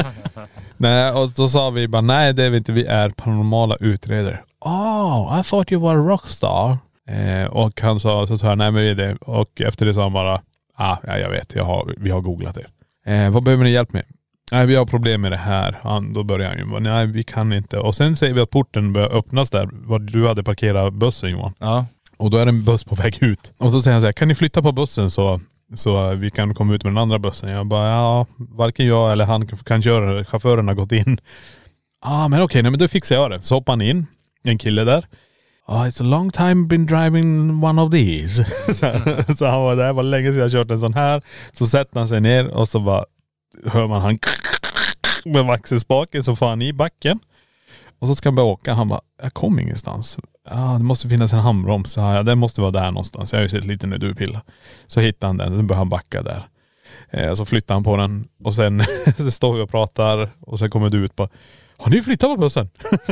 Nej, och så sa vi bara, nej det är vi inte, vi är paranormala utredare. Oh, I thought you were a rockstar. Eh, och han sa, så sa jag, nej men vi är det. Och efter det sa han bara, ah, ja jag vet, jag har, vi har googlat det. Eh, vad behöver ni hjälp med? Nej, vi har problem med det här. Han, då börjar han ju bara, nej vi kan inte. Och sen säger vi att porten börjar öppnas där, var du hade parkerat bussen Johan. Ja. Och då är det en buss på väg ut. Och då säger han så här, kan ni flytta på bussen så, så vi kan komma ut med den andra bussen? Jag bara, ja, varken jag eller han kan köra, chauffören har gått in. Ja, ah, men okej, nej, men då fixar jag det. Så hoppar han in, en kille där. Oh, it's a long time been driving one of these. så, så han var där, var länge sedan jag kört en sån här. Så sätter han sig ner och så bara hör man han med vaxelspaken, så får han i backen. Och så ska han börja åka. Han bara, jag kom ingenstans. Ja, det måste finnas en handbroms. Ja, den måste vara där någonstans. Jag har ju sett lite när du pillar. Så hittar han den. Så börjar han backa där. Eh, så flyttar han på den. Och sen så står vi och pratar. Och sen kommer du ut på, har ni flyttat på bussen?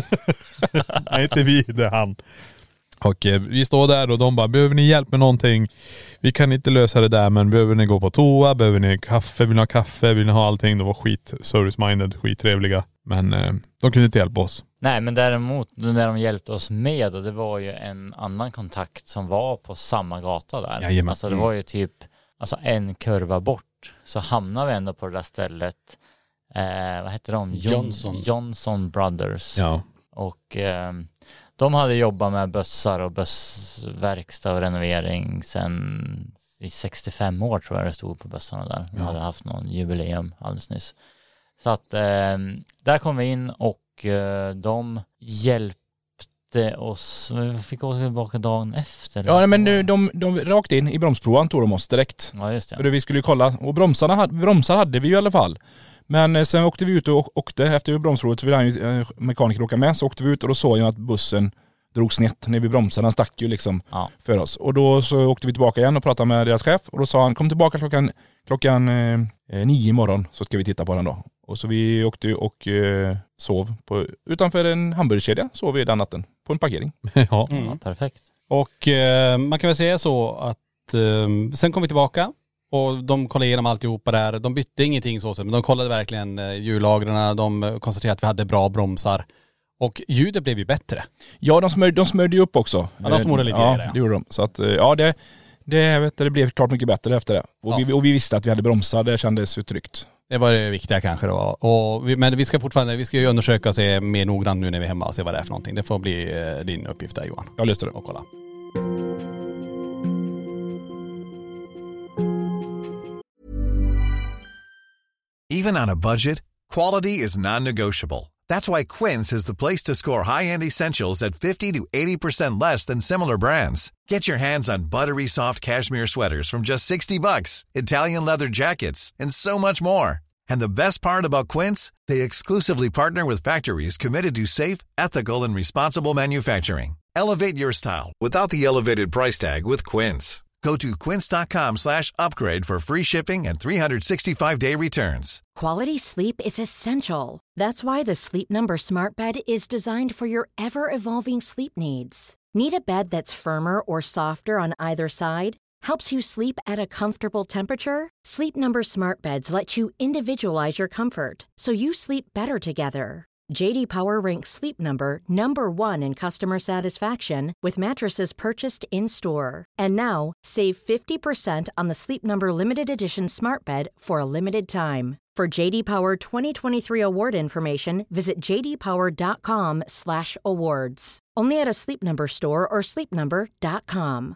Nej, inte vi, det är han. Och eh, vi står där och de bara, behöver ni hjälp med någonting? Vi kan inte lösa det där, men behöver ni gå på toa? Behöver ni kaffe? Vill ni ha kaffe? Vill ni ha allting? De var skit service-minded, skittrevliga. Men eh, de kunde inte hjälpa oss. Nej, men däremot när de hjälpte oss med, och det var ju en annan kontakt som var på samma gata där. Jajamän. Alltså det var ju typ alltså en kurva bort, så hamnade vi ändå på det där stället. Eh, vad heter de? Johnson. Johnson Brothers. Ja. Och eh, de hade jobbat med bussar och bussverkstad och renovering sedan i sextiofem år tror jag det stod på bussarna där. Vi Ja. hade haft någon jubileum alldeles nyss. Så att eh, där kom vi in och eh, de hjälpte oss. Vi fick åka tillbaka dagen efter. Ja, men de, de, de rakt in i bromsprovan tog de oss direkt. Ja, just det. För vi skulle ju kolla, och bromsarna hade, bromsar hade vi ju i alla fall. Men eh, sen åkte vi ut och åkte efter bromsprovet, så ville han ju eh, mekaniker åka med. Så åkte vi ut och då såg jag att bussen drog snett när vi bromsade. Den stack ju liksom Ja. för oss. Och då så åkte vi tillbaka igen och pratade med deras chef. Och då sa han, kom tillbaka klockan, klockan eh, nio imorgon så ska vi titta på den då. Och så vi åkte och eh, sov på, utanför en hamburgerkedja. Sov vi den natten på en parkering. Ja. Mm. Ja, perfekt. Och eh, man kan väl säga så att eh, sen kom vi tillbaka och de kollade igenom alltihopa där. De bytte ingenting så, men de kollade verkligen eh, hjullagren. De konstaterade att vi hade bra bromsar. Och ljudet blev ju bättre. Ja, de smörjde, de smörjde ju upp också. Ja, de smorde lite ja, i det. det gjorde de. Så att, eh, ja, det, det, vet du, det blev klart mycket bättre efter det. Och, Ja. vi, och vi visste att vi hade bromsar, det kändes ju tryggt. Det var det viktiga kanske då. Och vi, men vi ska fortfarande, vi ska ju undersöka och se mer noggrant nu när vi är hemma och se vad det är för någonting. Det får bli eh, din uppgift där Johan. Jag löste det. Och kolla. Even on a budget, quality is non-negotiable. That's why Quince is the place to score high-end essentials at fifty to eighty percent less than similar brands. Get your hands on buttery soft cashmere sweaters from just sixty bucks, Italian leather jackets, and so much more. And the best part about Quince, they exclusively partner with factories committed to safe, ethical, and responsible manufacturing. Elevate your style without the elevated price tag with Quince. Go to quince.com slash upgrade for free shipping and three sixty-five day returns. Quality sleep is essential. That's why the Sleep Number Smart Bed is designed for your ever-evolving sleep needs. Need a bed that's firmer or softer on either side? Helps you sleep at a comfortable temperature? Sleep Number Smart Beds let you individualize your comfort so you sleep better together. J D Power ranks Sleep Number number one in customer satisfaction with mattresses purchased in-store. And now, save fifty percent on the Sleep Number Limited Edition Smart Bed for a limited time. For J D Power twenty twenty-three award information, visit j d power dot com slash awards. Only at a Sleep Number store or sleep number dot com.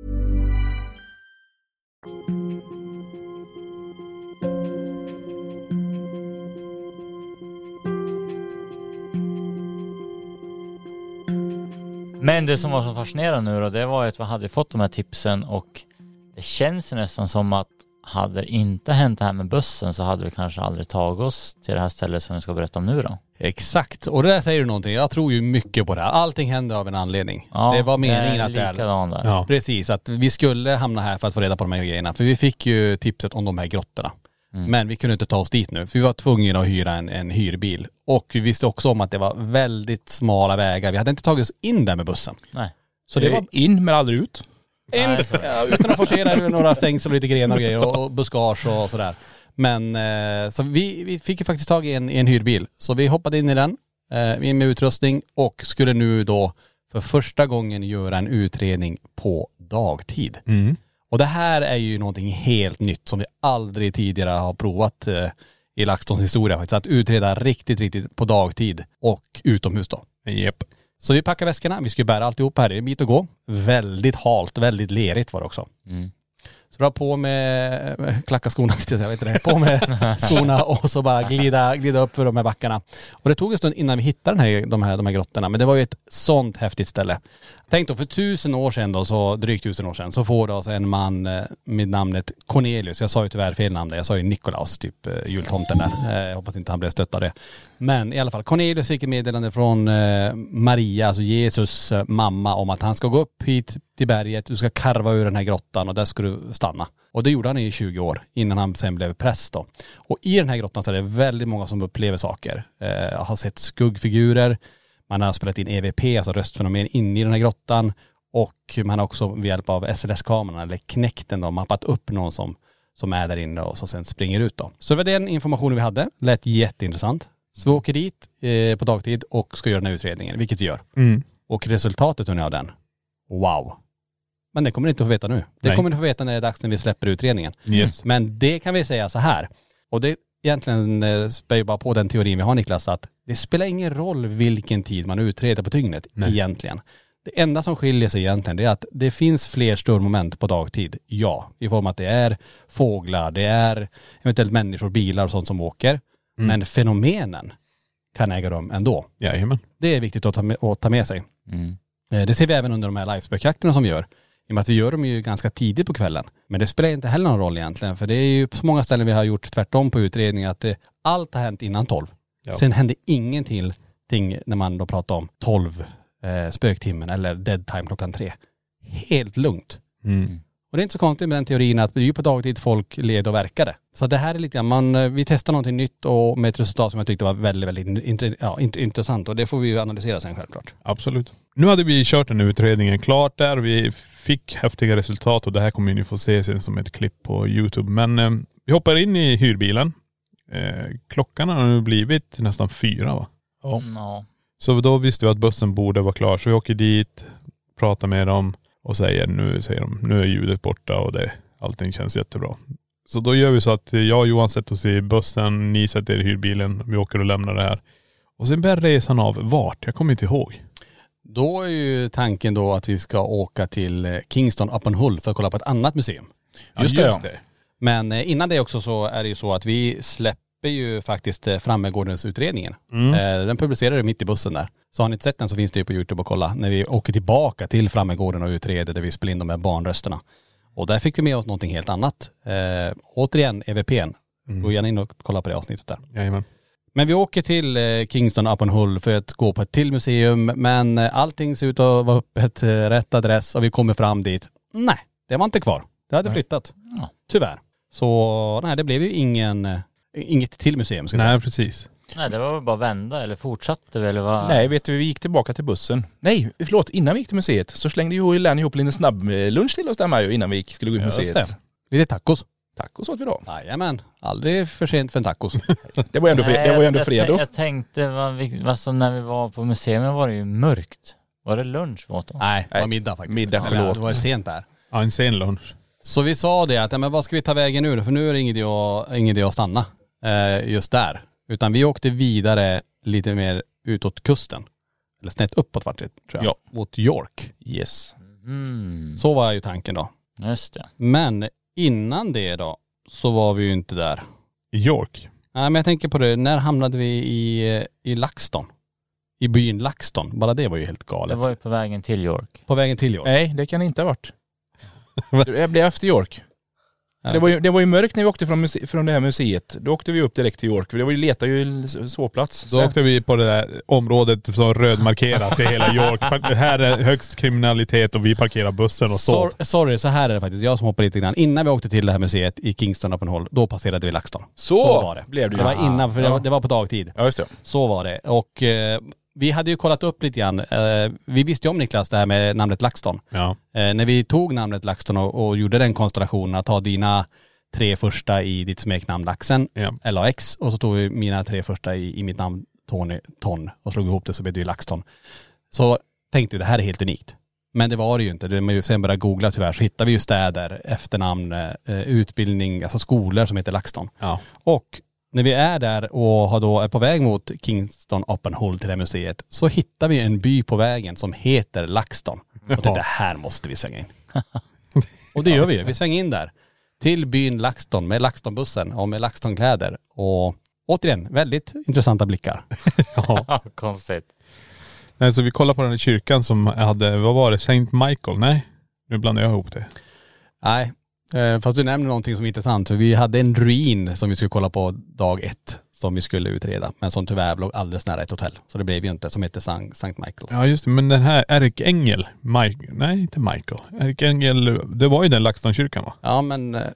Men det som var så fascinerande nu då, det var ju att vi hade fått de här tipsen och det känns nästan som att hade det inte hänt det här med bussen så hade vi kanske aldrig tagit oss till det här stället som vi ska berätta om nu då. Exakt. Och det där säger du någonting. Jag tror ju mycket på det här. Allting händer av en anledning. Ja, det var meningen det är att det är... likadan där. Ja. Precis, att vi skulle hamna här för att få reda på de här grejerna. För vi fick ju tipset om de här grottorna. Mm. Men vi kunde inte ta oss dit nu. För vi var tvungna att hyra en, en hyrbil. Och vi visste också om att det var väldigt smala vägar. Vi hade inte tagit oss in där med bussen. Nej. Så det var... in men aldrig ut. En, Nej, så. ja, utan att forcera några stängsel och lite grenar och grejer och, och buskage och sådär. Men eh, så vi, vi fick ju faktiskt tag i en, i en hyrbil. Så vi hoppade in i den, eh, in med utrustning och skulle nu då för första gången göra en utredning på dagtid. Mm. Och det här är ju någonting helt nytt som vi aldrig tidigare har provat eh, i LaxTons historia faktiskt. Att utreda riktigt, riktigt på dagtid och utomhus då. Japp. Så vi packar väskorna, vi ska bära alltihop här, det är en bit att gå. Väldigt halt, väldigt lerigt var det också. Mm. Så du har på med, med klacka skorna, jag vet inte det, på med skorna och så bara glida, glida upp för de här backarna. Och det tog en stund innan vi hittade den här, de, här, de här grottorna, men det var ju ett sånt häftigt ställe. Tänk då, för tusen år sedan då, så drygt tusen år sedan, så får då alltså en man eh, med namnet Cornelius, jag sa ju tyvärr fel namn där, jag sa ju Nikolaus, typ eh, jultomten där. Eh, jag hoppas inte han blev stött av det. Men i alla fall, Cornelius fick ett meddelande från eh, Maria, alltså Jesus eh, mamma, om att han ska gå upp hit till berget, du ska karva ur den här grottan och där ska du stanna. Och det gjorde han i tjugo år innan han sen blev präst då. Och i den här grottan så är det väldigt många som upplever saker. Eh, har sett skuggfigurer, man har spelat in E V P, alltså röstfenomen, in i den här grottan. Och man har också med hjälp av S L S-kameran eller Kinecten då mappat upp någon som, som är där inne och så sen springer ut då. Så det var den informationen vi hade. Lät jätteintressant. Så vi åker dit eh, på dagtid och ska göra den här utredningen, vilket vi gör. Mm. Och resultatet av den, wow. Men det kommer ni inte att få veta nu. Det Nej. kommer ni att få veta när det är dags när vi släpper utredningen. Yes. Men det kan vi säga så här. Och det egentligen eh, spär ju bara på den teorin vi har, Niklas, att det spelar ingen roll vilken tid man utreder på dygnet. Nej. Egentligen. Det enda som skiljer sig egentligen det är att det finns fler störmoment på dagtid. Ja, i form av att det är fåglar, det är eventuellt människor, bilar och sånt som åker. Mm. Men fenomenen kan äga rum ändå. Jajamän. Det är viktigt att ta med, att ta med sig. Mm. Eh, Det ser vi även under de här livespökjakterna som vi gör. I och med att vi gör dem ju ganska tidigt på kvällen. Men det spelar inte heller någon roll egentligen. För det är ju på så många ställen vi har gjort tvärtom på utredningen att det, allt har hänt innan tolv. Ja. Sen hände ingenting ting när man då pratar om tolv eh, spöktimmen eller dead time klockan tre. Helt lugnt. Mm. Och det är inte så konstigt med den teorin att det är ju på dagtid folk led och verkade. Så det här är lite grann, man, vi testar någonting nytt och med ett resultat som jag tyckte var väldigt, väldigt int- ja, int- intressant. Och det får vi ju analysera sen självklart. Absolut. Nu hade vi kört den utredningen klart där. Vi fick häftiga resultat och det här kommer ni få se sen som ett klipp på YouTube. Men eh, vi hoppar in i hyrbilen. Eh, klockan har nu blivit nästan fyra va? Ja. Mm, ja. Så då visste vi att bussen borde vara klar. Så vi åker dit, pratar med dem och säger nu, säger de, nu är ljudet borta och det, allting känns jättebra. Så då gör vi så att jag och Johan sätter oss i bussen, ni sätter er i hyrbilen, vi åker och lämnar det här. Och sen bär resan av vart? Jag kommer inte ihåg. Då är ju tanken då att vi ska åka till Kingston upon Hull för att kolla på ett annat museum. Just det, ja. Men eh, innan det också så är det ju så att vi släpper ju faktiskt eh, Frammegårdens-utredningen. Mm. Eh, Den publicerade mitt i bussen där. Så har ni inte sett den så finns det ju på YouTube att kolla. När vi åker tillbaka till Frammegården och utreder där vi spelar in de här barnrösterna. Och där fick vi med oss någonting helt annat. Eh, återigen E V P:n. Mm. Gå gärna in och kolla på det avsnittet där. Jajamän. Men vi åker till eh, Kingston upon Hull för att gå på ett till museum. Men eh, allting ser ut att vara öppet, eh, rätt adress och vi kommer fram dit. Nej, det var inte kvar. Det hade Nej. flyttat. Ja. Tyvärr. Så nej, det blev ju ingen, eh, inget till museum ska jag säga. Nej, precis. Nej, det var väl bara vända eller fortsatte vi eller vad? Nej, vet du, vi gick tillbaka till bussen. Nej, förlåt, innan vi gick till museet så slängde ju Len ihop en snabb lunch till oss där med ju innan vi gick, skulle gå in på Just museet. det. Lite tacos. Tacos åt vi då. Jajamän. Aldrig för sent för en tacos. Det var ju ändå, fred, det var ju ändå jag, fredag. jag, jag tänkte, vad vi, alltså, när vi var på museet var det ju mörkt. Var det lunch vi åt då? Nej, det var Nej, middag faktiskt. middag, Eller, förlåt. Det var sent där. Ja, en sen lunch. Så vi sa det att, ja, men vad ska vi ta vägen nu då? För nu är det ingen idé att, ingen idé att stanna eh, just där. Utan vi åkte vidare lite mer utåt kusten. Eller snett uppåt vart det, tror jag. Ja. Mot York. Yes. Mm. Så var ju tanken då. Just det. Men innan det då så var vi ju inte där. I York. Nej, men jag tänker på det, när hamnade vi i, i LaxTon? I byn LaxTon. Bara det var ju helt Det galet. var ju på vägen till York. På vägen till York. Nej, det kan det inte ha varit. Det blev efter York. Det var, ju, det var ju mörkt när vi åkte från, muse, från det här museet. Då åkte vi upp direkt till York. Det var ju, leta ju sovplats. Då åkte vi på det där området som rödmarkerat i hela York. Det här är högst kriminalitet och vi parkerar bussen och sov. Sor- sorry, så här är det faktiskt. Jag som hoppar lite grann. Innan vi åkte till det här museet i Kingston upon Hull, då passerade vi LaxTon. Så, Så var det. blev det ju. Det var innan, för det Ja. var, det var på dagtid. Ja, just det. Så var det. Och eh, vi hade ju kollat upp lite grann. Eh, vi visste ju om, Niklas, det här med namnet LaxTon. Ja. Eh, när vi tog namnet LaxTon och, och gjorde den konstellationen att ta dina tre första i ditt smeknamn Laxen, Ja. L A X, och så tog vi mina tre första i, i mitt namn Tony Ton och slog ihop det, så blev det ju LaxTon. Så tänkte vi, det här är helt unikt. Men det var det ju inte. Det med ju sen började googla tyvärr, så hittade vi ju städer, efternamn, eh, utbildning, alltså skolor som heter LaxTon. Ja. Och när vi är där och har då, är på väg mot Kingston Upon Hull till det museet, så hittar vi en by på vägen som heter LaxTon. Och Ja. det här måste vi svänga in. Och det gör vi ju. Vi svänger in där. Till byn LaxTon med LaxTon-bussen och med LaxTon-kläder. Och återigen, väldigt intressanta blickar. Ja. Konstigt. Nej, så vi kollade på den här kyrkan som hade, vad var det, Saint Michael? Nej, nu blandar jag ihop det. Nej, eh, fast du nämner någonting som är intressant. För vi hade en ruin som vi skulle kolla på dag ett som vi skulle utreda. Men som tyvärr låg alldeles nära ett hotell. Så det blev ju inte, som heter Sankt Michaels. Ja just det, men den här Ärkeängel, Mike, nej inte Michael. Ärkeängel, det var ju den LaxTon-kyrkan va? Ja men, eh,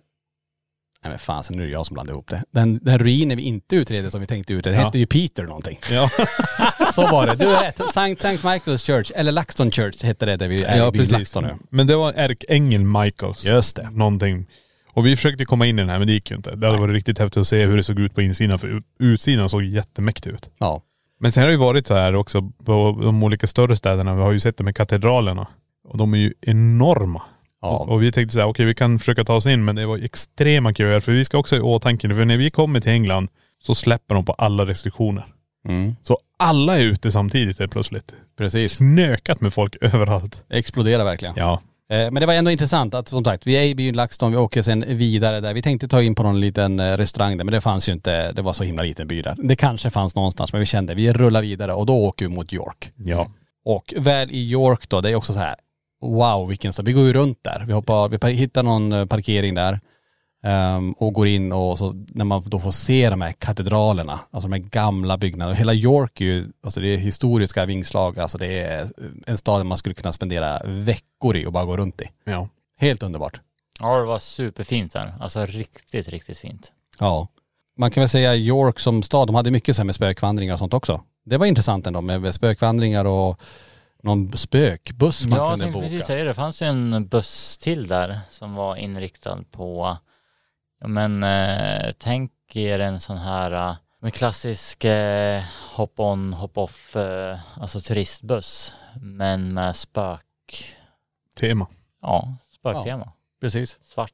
nej men fan, sen nu är det jag som blandar ihop det. Den, den ruinen vi inte utredde som vi tänkte ut, den Ja. hette ju Peter någonting. Ja. Så var det, du är rätt. Sankt, Sankt Michaels Church, eller LaxTon Church hette det där vi är Ja i byn precis. LaxTon nu. Men det var Ärkeängel Michaels. Just det. Någonting. Och vi försökte komma in i den här men det gick ju inte. Det hade varit riktigt häftigt att se hur det såg ut på insidan, för utsidan såg jättemäktigt ut. Ja. Men sen har det ju varit så här också på de olika större städerna. Vi har ju sett de här katedralerna. Och de är ju enorma. Ja. Och, och vi tänkte så här, okej vi kan försöka ta oss in, men det var extrema köer. För vi ska också i åtanke, för när vi kommer till England så släpper de på alla restriktioner. Mm. Så alla är ute samtidigt helt plötsligt. Precis. Knökat med folk överallt. Exploderar verkligen. Ja. Eh, Men det var ändå intressant att, som sagt, vi är i byn LaxTon, vi åker sen vidare där. Vi tänkte ta in på någon liten eh, restaurang där, men det fanns ju inte, det var så himla liten by där. Det kanske fanns någonstans, men vi kände, vi rullar vidare och då åker vi mot York. Ja. Och väl i York då, det är också så här, wow vilken stad. Vi går ju runt där. Vi hoppar, vi hittar någon eh, parkering där. Um, och går in och så när man då får se de här katedralerna, alltså de här gamla byggnaderna. Och hela York är ju, alltså det är historiska vingslag, alltså det är en stad där man skulle kunna spendera veckor i och bara gå runt i. Ja. Helt underbart. Ja, det var superfint där. Alltså riktigt, riktigt fint. Ja. Man kan väl säga York som stad, de hade mycket så här med spökvandringar och sånt också. Det var intressant ändå med spökvandringar och någon spökbuss man Ja, jag kunde tänkte boka. precis säga det. Det fanns ju en buss till där som var inriktad på, ja men eh, tänk er en sån här eh, med klassisk eh, hop-on, hop-off, eh, alltså turistbuss. Men med spök, Tema. ja, spöktema. Precis. Svart,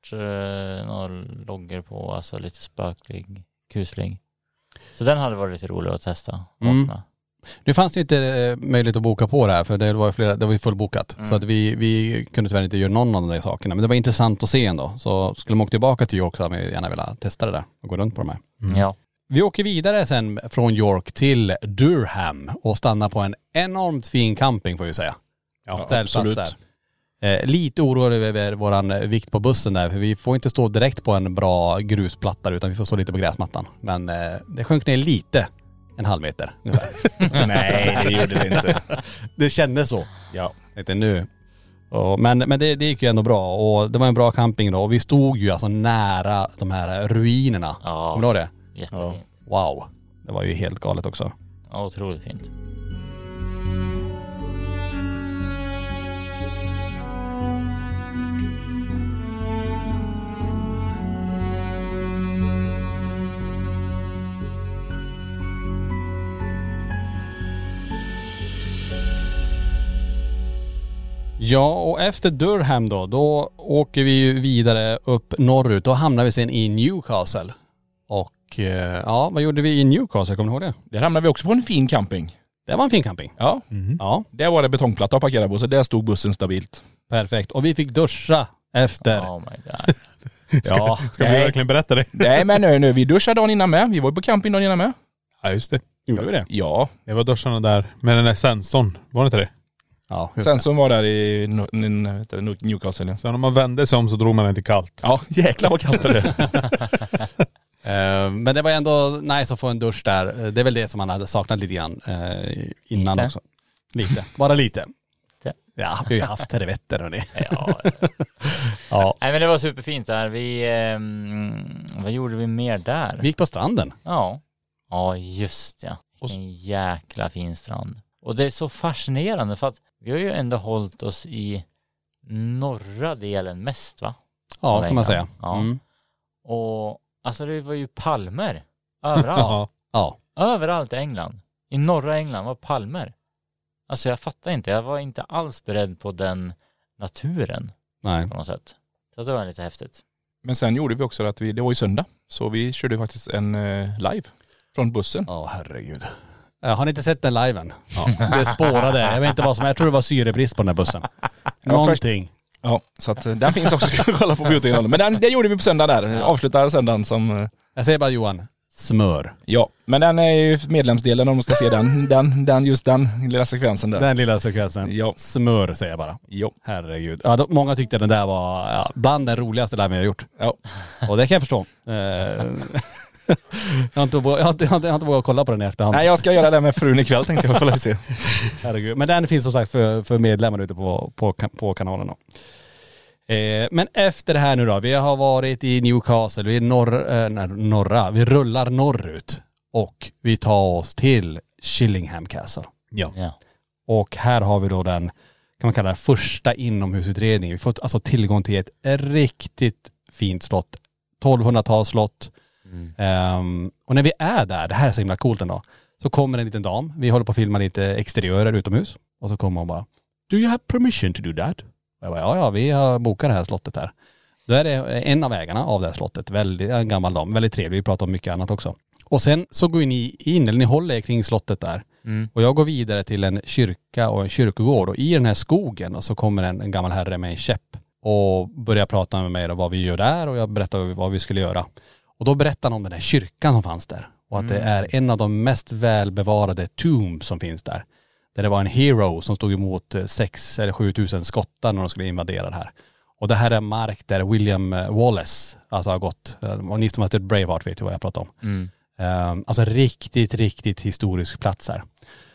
eh, några loggor på, alltså lite spöklig, kuslig. Så den hade varit lite rolig att testa. Mm. Åtna. Nu fanns det inte eh, möjlighet att boka på det här för det var ju flera, det var ju fullbokat. Mm. Så att vi, vi kunde tyvärr inte göra någon av de där sakerna. Men det var intressant att se ändå. Så skulle man åka tillbaka till York så hade vi gärna velat testa det där och gå runt på de här. Ja. Vi åker vidare sen från York till Durham och stannar på en enormt fin camping får vi säga. Ja, Ställplats absolut. där. Eh, lite orolig över våran vikt på bussen där, för vi får inte stå direkt på en bra grusplatta utan vi får stå lite på gräsmattan. Men eh, det sjönk ner lite, en halv meter ungefär. Nej, det gjorde det inte. Det kändes så. Ja. Inte nu. Och, men men det, det gick ju ändå bra och det var en bra camping då. Och vi stod ju alltså nära de här ruinerna. Ja. Kommer du ihåg det? Jättefint. Wow. Det var ju helt galet också. Ja, otroligt fint. Ja, och efter Durham då, då åker vi ju vidare upp norrut. Då hamnar vi sen i Newcastle. Och eh, ja, vad gjorde vi i Newcastle? Kommer du ihåg det? Där hamnade vi också på en fin camping. Det var en fin camping. Ja, Ja, där var det betongplatta att parkera på, så där stod bussen stabilt. perfekt. Och vi fick duscha efter. Oh my god. Ja, Ska vi Nej. verkligen berätta det? Nej men nu, nu, vi duschade dagen innan med. Vi var ju på camping dagen innan med. Ja just det. gjorde vi det? Ja. Det var duscharna där med den där sensorn. Var det inte det? Ja, just Sen det. som var där i no, n, vet du, Newcastle. Sen när man vände sig om så drog man den till kallt. Ja, jäklar vad kallt det är. Eh, men det var ändå nice att få en dusch där. Eh, Det är väl det som man hade saknat lite grann eh, innan Lite. också. Lite, bara lite. Lite. Ja, vi har ju haft servetter hörni. Ja. Ja. Nej men det var superfint där. Vi, ehm, vad gjorde vi mer där? Vi gick på stranden. Ja. Ja just ja. Vilken jäkla fin strand. Och det är så fascinerande för att vi har ju ändå hållit oss i norra delen mest, va? Ja, kan man säga. Ja. Mm. Och alltså det var ju palmer överallt. Ja. Ja. Överallt i England. I norra England var palmer. Alltså jag fattar inte. Jag var inte alls beredd på den naturen. Nej. På något sätt. Så det var lite häftigt. Men sen gjorde vi också att vi, det var ju söndag. Så vi körde faktiskt en eh, live från bussen. Ja, herregud. Har ni inte sett den liven? Ja. Det spårade. Jag vet inte vad som är. Jag tror det var syrebrist på den här bussen. Någonting. Ja, så att den finns också att kolla på Beauty-kanalen. Men den, det gjorde vi på söndag där. Ja. Avslutade söndagen som... Jag säger bara Johan, smör. Ja, men den är ju medlemsdelen om man ska se den. den, den just den lilla sekvensen där. Den lilla sekvensen. Ja. Smör säger jag bara. Ja. Herregud. Ja, då, många tyckte den där var ja, bland den roligaste liven jag har gjort. Ja. Och det kan jag förstå. Eh, jag, har inte, jag, har inte, jag har inte vågat kolla på den i efterhand. Nej, jag ska göra det med frun ikväll tänkte jag. Får se. Herregud. Men den finns som sagt för, för medlemmar ute på, på, på kanalen då. Eh, men efter det här nu då, vi har varit i Newcastle, vi är norr, eh, norra, vi rullar norrut och vi tar oss till Chillingham Castle. Ja. Ja. Och här har vi då den, kan man kalla det, första inomhusutredningen. Vi får alltså tillgång till ett riktigt fint slott, tolvhundratals slott. Mm. Um, och när vi är där, det här är så himla coolt ändå, så kommer en liten dam, vi håller på att filma lite exteriörer utomhus och så kommer hon bara, do you have permission to do that? Jag bara, ja, ja, vi har bokat det här slottet här. Då är det en av ägarna av det här slottet. Väldigt, en gammal dam. Väldigt trevlig. Vi pratar om mycket annat också. Och sen så går ni in, eller ni håller kring slottet där. Mm. Och jag går vidare till en kyrka och en kyrkogård. Och i den här skogen och så kommer en, en gammal herre med en käpp. Och börjar prata med mig om vad vi gör där. Och jag berättar vad vi skulle göra. Och då berättar han om den här kyrkan som fanns där. Och att mm. det är en av de mest välbevarade tombs som finns där. Där det var en hero som stod emot sex eller sju tusen skottar när de skulle invadera det här. Och det här är mark där William Wallace alltså har gått. Och ni som har stött Braveheart vet ju vad jag pratar om. Mm. Um, alltså riktigt, riktigt historisk plats här.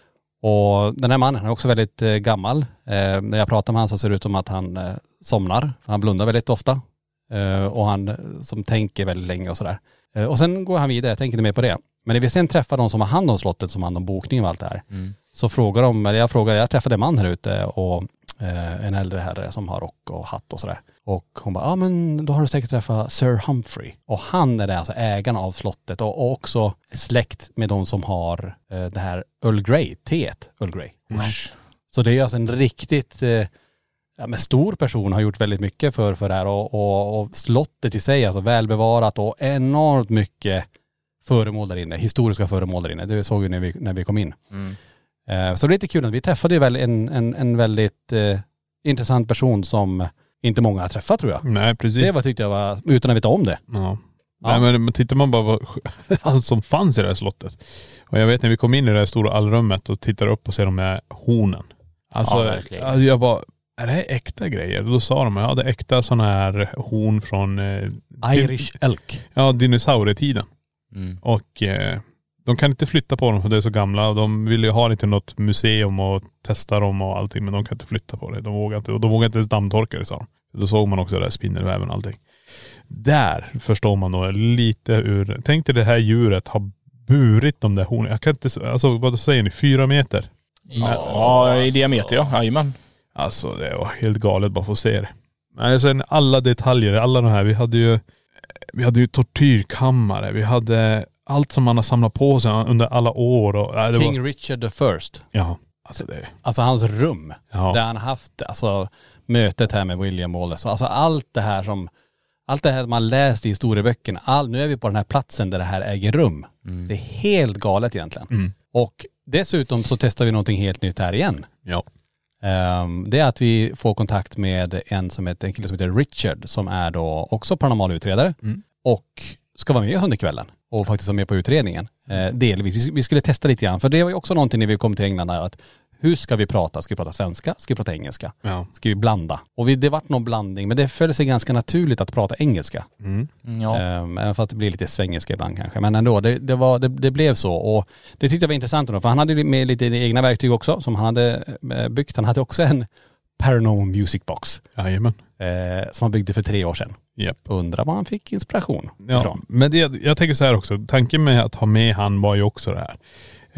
Och den här mannen är också väldigt uh, gammal. Uh, när jag pratar med han så ser det ut som att han uh, somnar. Han blundar väldigt ofta. Uh, och han uh, som tänker väldigt länge och sådär. Uh, och sen går han vidare, jag tänker inte mer på det. Men när vi sen träffar de som har hand om slottet, som har hand om bokningen och allt det här. Mm. Så frågar de, eller jag frågar, jag träffade en man här ute och eh, en äldre herre som har rock och hatt och sådär. Och hon bara, ja men då har du säkert träffat Sir Humphrey. Och han är det, alltså ägaren av slottet och, och också släkt med de som har eh, det här Earl Grey, teet Earl Grey. Mm. Så det är alltså en riktigt eh, ja, men stor person, har gjort väldigt mycket för, för det här. Och, och, och slottet i sig, alltså välbevarat och enormt mycket föremål där inne, historiska föremål där inne. Det såg vi när vi, när vi kom in. Mm. Så det är lite kul. Vi träffade ju väl en, en, en väldigt eh, intressant person som inte många har träffat tror jag. Nej, precis. Det var, tyckte jag var, utan att veta om det. Ja. Ja. Nej, men tittar man bara på allt som fanns i det här slottet. Och jag vet när vi kom in i det här stora allrummet och tittar upp och ser de här hornen. Alltså, ja, jag bara, är det här äkta grejer? Och då sa de, ja det är äkta sådana här horn från... Eh, Irish elk. Ja, dinosaurietiden. Mm. Och... Eh, de kan inte flytta på dem för de är så gamla och de vill ju ha inte något museum och testa dem och allting, men de kan inte flytta på det. De vågar inte, och de vågar inte ens dammtorka det, sa de. Då såg man också det där spindelväven och allting. Där förstår man då lite ur, tänk dig det här djuret har burit de där hornen. Jag kan inte, alltså vad säger ni, fyra meter? Ja, ja i diameter ja, jajamän. Alltså det var helt galet bara att få se det. Nej, sen alla detaljer, alla de här, vi hade ju, vi hade ju tortyrkammare, vi hade allt som man har samlat på sig under alla år. Och, äh, det King var... Richard the First. Ja, alltså det. Alltså hans rum. Ja. Där han haft alltså, mötet här med William Wallace. Alltså allt det här som, allt det här man läst i historieböckerna. All, nu är vi på den här platsen där det här äger rum. Mm. Det är helt galet egentligen. Mm. Och dessutom så testar vi någonting helt nytt här igen. Ja. Um, det är att vi får kontakt med en som heter, en kille som heter Richard som är då också paranormal utredare. Mm. Och ska vara med oss under kvällen. Och faktiskt vara med på utredningen. Eh, delvis. Vi, vi skulle testa lite grann. För det var ju också någonting när vi kom till England här. Att hur ska vi prata? Ska vi prata svenska? Ska vi prata engelska? Ja. Ska vi blanda? Och vi, det vart någon blandning. Men det föll sig ganska naturligt att prata engelska. Mm. Ja. Även um, fast det blir lite svengelska ibland kanske. Men ändå, det, det, var, det, det blev så. Och det tyckte jag var intressant ändå. För han hade med lite egna verktyg också. Som han hade byggt. Han hade också en Paranormal Music Box. Jajamän. Eh, som han byggde för tre år sedan. Yep. Undrar vad han fick inspiration ja, ifrån. Men det, jag tänker så här också. Tanken med att ha med han var ju också det här.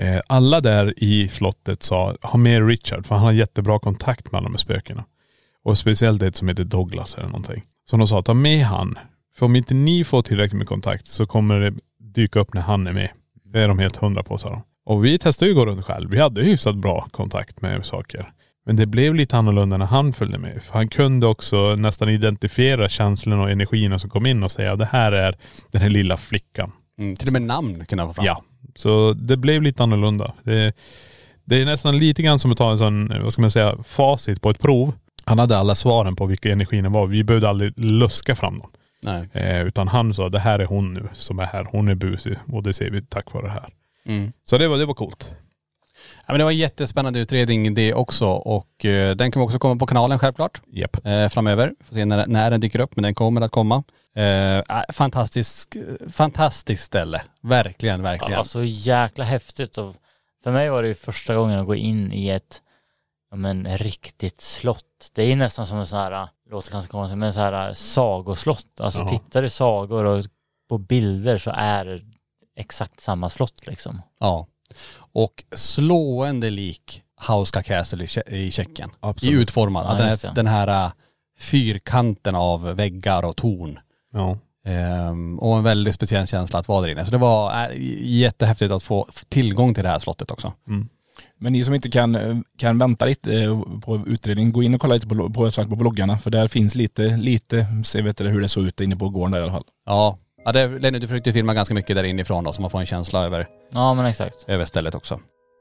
Eh, alla där i slottet sa, ha med Richard för han har jättebra kontakt med alla de här spökena. Och speciellt ett som heter Douglas eller någonting. Så de sa, ta med han. För om inte ni får tillräckligt med kontakt så kommer det dyka upp när han är med. Det är de helt hundra på, sa de. Och vi testade ju gå runt själv. Vi hade hyfsat bra kontakt med saker. Men det blev lite annorlunda när han följde med. För han kunde också nästan identifiera känslorna och energierna som kom in och säga, det här är den här lilla flickan. Mm, till och med namn kunde han få fram. Ja, så det blev lite annorlunda. Det, det är nästan lite grann som att ta en sån, vad ska man säga, facit på ett prov. Han hade alla svaren på vilka energierna var. Vi behövde aldrig luska fram dem. Nej. Eh, utan han sa, det här är hon nu som är här. Hon är busig och det ser vi tack vare det här. Mm. Så det var, det var coolt. Ja, men det var en jättespännande utredning det också och eh, den kommer också komma på kanalen självklart. Yep. Eh, framöver. Får se när, när den dyker upp, men den kommer att komma. Eh, fantastisk, fantastiskt ställe. Verkligen, verkligen. Ja, så jäkla häftigt. Och för mig var det ju första gången att gå in i ett ja, men, riktigt slott. Det är nästan som en sån här, låter ganska konstigt, men så här sagoslott. Alltså Jaha. tittar du sagor och på bilder så är det exakt samma slott liksom. Ja. Och slående lik Hauska Castle i, Tje- i Tjeckien. Absolut. I utformad. Ja, den, just det. här, den här uh, fyrkanten av väggar och torn. Ja. Ehm, och en väldigt speciell känsla att vara där inne. Så det var äh, jättehäftigt att få tillgång till det här slottet också. Mm. Men ni som inte kan, kan vänta lite på utredningen, gå in och kolla lite på, på, på vloggarna. För där finns lite, lite se vet du, hur det såg ut inne på gården där i alla fall. Ja, ja det, Lenny, du försökte filma ganska mycket där inifrån då, så man får en känsla över, Ja, men exakt. över stället också.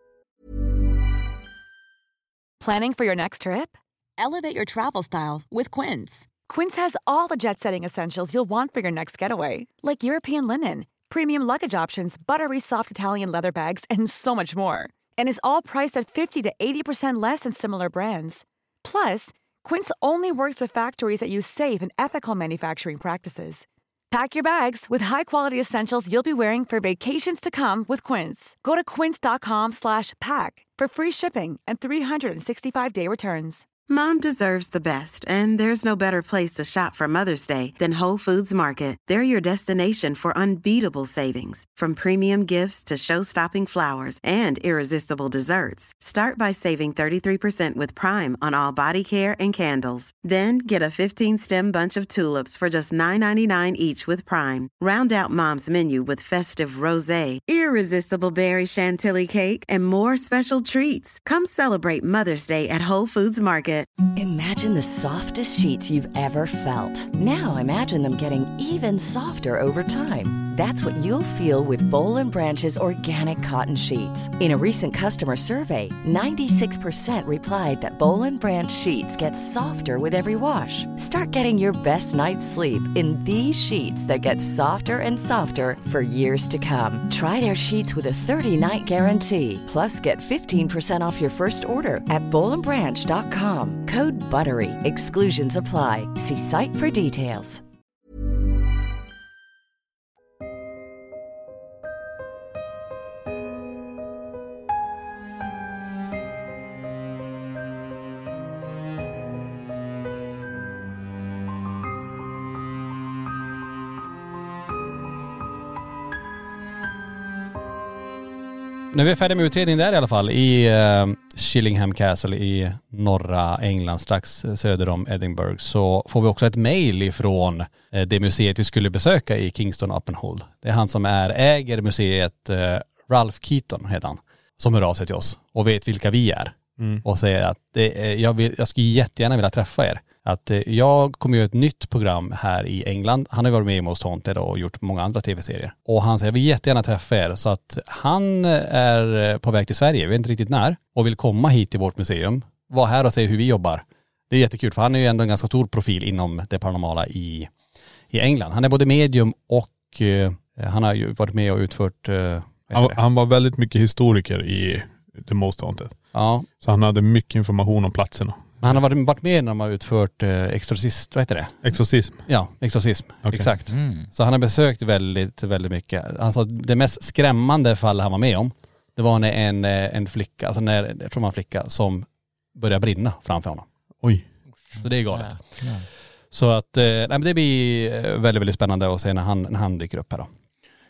Planning for your next trip? Elevate your travel style with Quince. Quince has all the jet-setting essentials you'll want for your next getaway, like European linen, premium luggage options, buttery soft Italian leather bags, and so much more. And is all priced at fifty to eighty percent less than similar brands. Plus, Quince only works with factories that use safe and ethical manufacturing practices. Pack your bags with high-quality essentials you'll be wearing for vacations to come with Quince. Go to quince.com slash pack for free shipping and three sixty-five day returns. Mom deserves the best, and there's no better place to shop for Mother's Day than Whole Foods Market. They're your destination for unbeatable savings, from premium gifts to show-stopping flowers and irresistible desserts. Start by saving thirty-three percent with Prime on all body care and candles. Then get a fifteen-stem bunch of tulips for just nine ninety-nine each with Prime. Round out Mom's menu with festive rosé, irresistible berry chantilly cake, and more special treats. Come celebrate Mother's Day at Whole Foods Market. Imagine the softest sheets you've ever felt. Now imagine them getting even softer over time. That's what you'll feel with Bowl and Branch's organic cotton sheets. In a recent customer survey, ninety-six percent replied that Bowl and Branch sheets get softer with every wash. Start getting your best night's sleep in these sheets that get softer and softer for years to come. Try their sheets with a thirty-night guarantee. Plus, get fifteen percent off your first order at bowl and branch dot com. Code BUTTERY. Exclusions apply. See site for details. När vi är färdiga med utredningen där i alla fall, i uh, Chillingham Castle i norra England, strax söder om Edinburgh, så får vi också ett mejl ifrån uh, det museet vi skulle besöka i Kingston upon Hull. Det är han som är äger museet, uh, Ralph Keaton heter han, som hör av sig till oss och vet vilka vi är. Mm. Och säger att det, jag, vill, jag skulle jättegärna vilja träffa er. Att eh, jag kommer göra ett nytt program här i England. Han har varit med i Most Haunted och gjort många andra tv-serier. Och han säger, jag vill jättegärna träffa er. Så att han är på väg till Sverige, vi vet inte riktigt när, och vill komma hit till vårt museum. Vara här och se hur vi jobbar. Det är jättekul, för han är ju ändå en ganska stor profil inom det paranormala i, i England. Han är både medium och eh, han har ju varit med och utfört... Eh, han, han var väldigt mycket historiker i The Most Haunted. Ja. Så han hade mycket information om platserna. Men han har varit, varit med när de har utfört eh, exorcist, vad heter det? Exorcism. Ja, exorcism. Okay. Exakt. Mm. Så han har besökt väldigt, väldigt mycket. Han sa det mest skrämmande fall han var med om, det var när en, en flicka, alltså när, jag tror det var en flicka som började brinna framför honom. Oj. Så det är galet. Ja, ja. Så att, eh, nej, men det blir väldigt, väldigt spännande att se när han, när han dyker upp här då.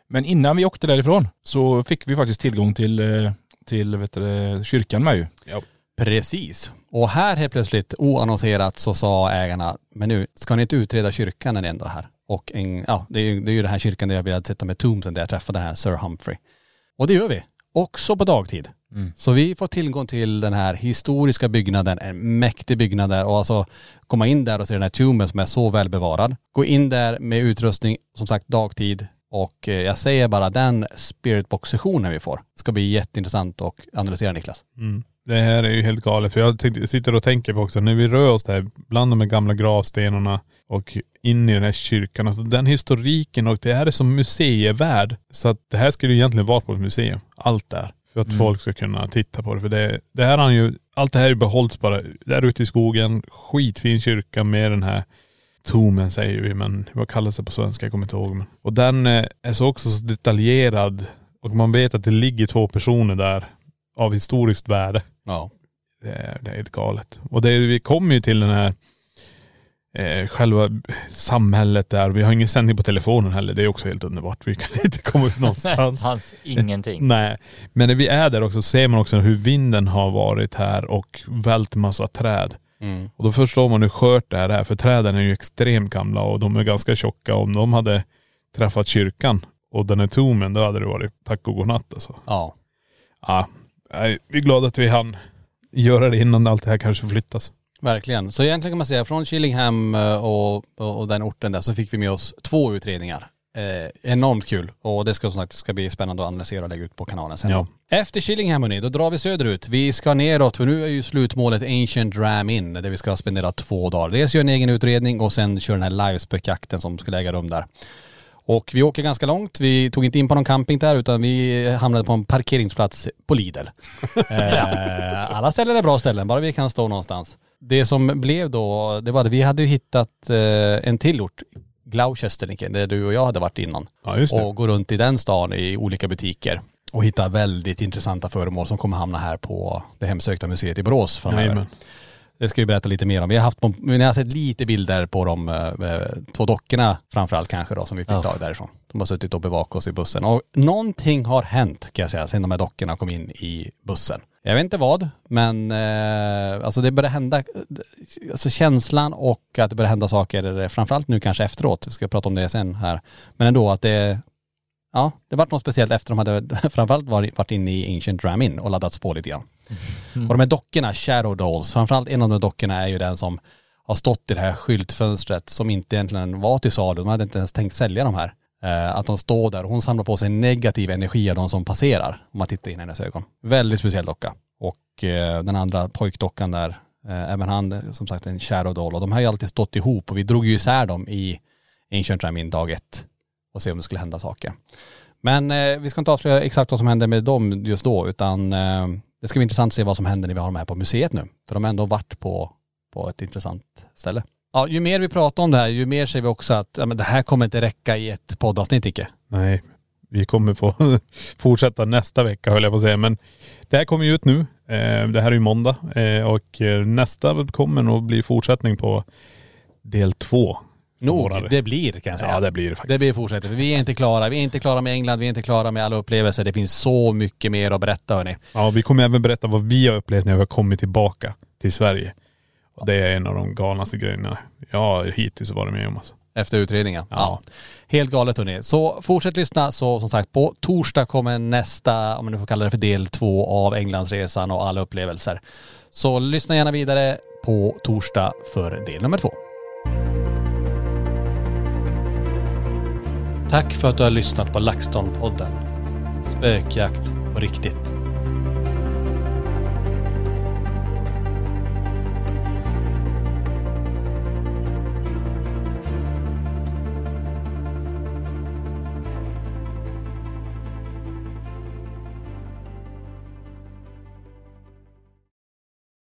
Men innan vi åkte därifrån så fick vi faktiskt tillgång till, till vet du, kyrkan med ju. Ja. Precis. Och här helt plötsligt oannonserat så sa ägarna, men nu ska ni inte utreda kyrkan när ni ändå är här. Och en, ja, det är ju, det är ju den här kyrkan där vi hade sett med Tombsen där jag träffade den här Sir Humphrey. Och det gör vi. Också på dagtid. Mm. Så vi får tillgång till den här historiska byggnaden, en mäktig byggnad där och alltså komma in där och se den här tomben som är så väl bevarad. Gå in där med utrustning, som sagt dagtid, och jag säger bara den spiritbox-sessionen vi får ska bli jätteintressant att analysera, Niklas. Mm. Det här är ju helt galet, för jag tänkte, sitter och tänker på också när vi rör oss där bland de här gamla gravstenarna och in i den här kyrkan, alltså den historiken, och det här är som museivärld, så att det här skulle ju egentligen vara på ett museum, allt där. För att mm. folk ska kunna titta på det. För det, det här har ju, allt det här är behålls bara där ute i skogen. Skitfin kyrka med den här tomen säger vi, men vad kallas det på svenska? Jag kommer inte ihåg. Men. Och den är så också så detaljerad. Och man vet att det ligger två personer där av historiskt värde. Ja. Det är, det är helt galet. Och det, vi kommer ju till den här Eh, själva samhället där. Vi har ingen sändning på telefonen heller. Det är också helt underbart. Vi kan inte komma ut någonstans. Det fanns ingenting. Nej. Men när vi är där också ser man också hur vinden har varit här och vält massa träd. Mm. Och då förstår man hur skört det här är. För träden är ju extremt gamla och de är ganska tjocka. Om de hade träffat kyrkan och den är tommen, då hade det varit tack och godnatt alltså. Ja. Ja. Vi är glada att vi hann göra det innan allt det här kanske flyttas. Verkligen. Så egentligen kan man säga från Chillingham och, och, och den orten där så fick vi med oss två utredningar. Eh, enormt kul. Och det ska som sagt ska bli spännande att analysera och lägga ut på kanalen sen. Ja. Efter Chillingham hörni, då drar vi söderut. Vi ska neråt, för nu är ju slutmålet Ancient Ram Inn där vi ska spendera två dagar. Dels gör en egen utredning och sen kör den här livespökjakten som skulle äga rum där. Och vi åker ganska långt. Vi tog inte in på någon camping där utan vi hamnade på en parkeringsplats på Lidl. eh, alla ställen är bra ställen, bara vi kan stå någonstans. Det som blev då, det var att vi hade ju hittat eh, en till ort, Gloucester, där du och jag hade varit innan. Ja, just det. Och gå runt i den stan i olika butiker och hitta väldigt intressanta föremål som kommer hamna här på det hemsökta museet i Borås framöver. Ja, det ska vi berätta lite mer om. Vi har haft på, vi har sett lite bilder på de eh, två dockorna framförallt kanske då som vi fick oh. ta därifrån. De har suttit och bevakat oss i bussen. Och någonting har hänt kan jag säga sen de här dockorna kom in i bussen. Jag vet inte vad, men eh, alltså det börjar hända, alltså känslan och att det börjar hända saker framförallt nu kanske efteråt. Vi ska prata om det sen här. Men ändå att det, ja, det var något speciellt efter de hade framförallt varit, varit inne i Ancient Ram Inn och laddats på lite grann. Mm. Och de här dockorna, Shadow Dolls, framförallt en av de dockorna är ju den som har stått i det här skyltfönstret som inte egentligen var till salu. De hade inte ens tänkt sälja de här. Eh, att de står där och hon samlar på sig negativ energi av de som passerar om man tittar in i hennes ögon. Väldigt speciell docka. Och eh, den andra pojkdockan där, eh, även han som sagt en Shadow Doll. Och de har ju alltid stått ihop och vi drog ju isär dem i Ancient Ram Inn dag ett och se om det skulle hända saker. Men eh, vi ska inte avslöja exakt vad som hände med dem just då utan eh, det ska bli intressant att se vad som händer när vi har dem här på museet nu. För de har ändå varit på, på ett intressant ställe. Ja, ju mer vi pratar om det här, ju mer ser vi också att ja, men det här kommer inte räcka i ett poddavsnitt, Icke. Nej, vi kommer få fortsätta nästa vecka höll jag på att säga. Men det här kommer ju ut nu. Det här är ju måndag. Och nästa kommer nog bli fortsättning på del två. Nog, det blir kan jag säga. Ja, det blir det faktiskt. Det blir fortsättning. Vi är inte klara. Vi är inte klara med England. Vi är inte klara med alla upplevelser. Det finns så mycket mer att berätta, hörni. Ja, vi kommer även berätta vad vi har upplevt när vi har kommit tillbaka till Sverige. Och det är en av de galnaste grejerna jag hittills varit med om. Alltså. Efter utredningen. Ja. ja. Helt galet, hörni. Så fortsätt lyssna. Så som sagt, på torsdag kommer nästa, om man nu får kalla det för del två av Englandsresan och alla upplevelser. Så lyssna gärna vidare på torsdag för del nummer två. Tack för att du har lyssnat på LaxTon-podden. Spökjakt på riktigt.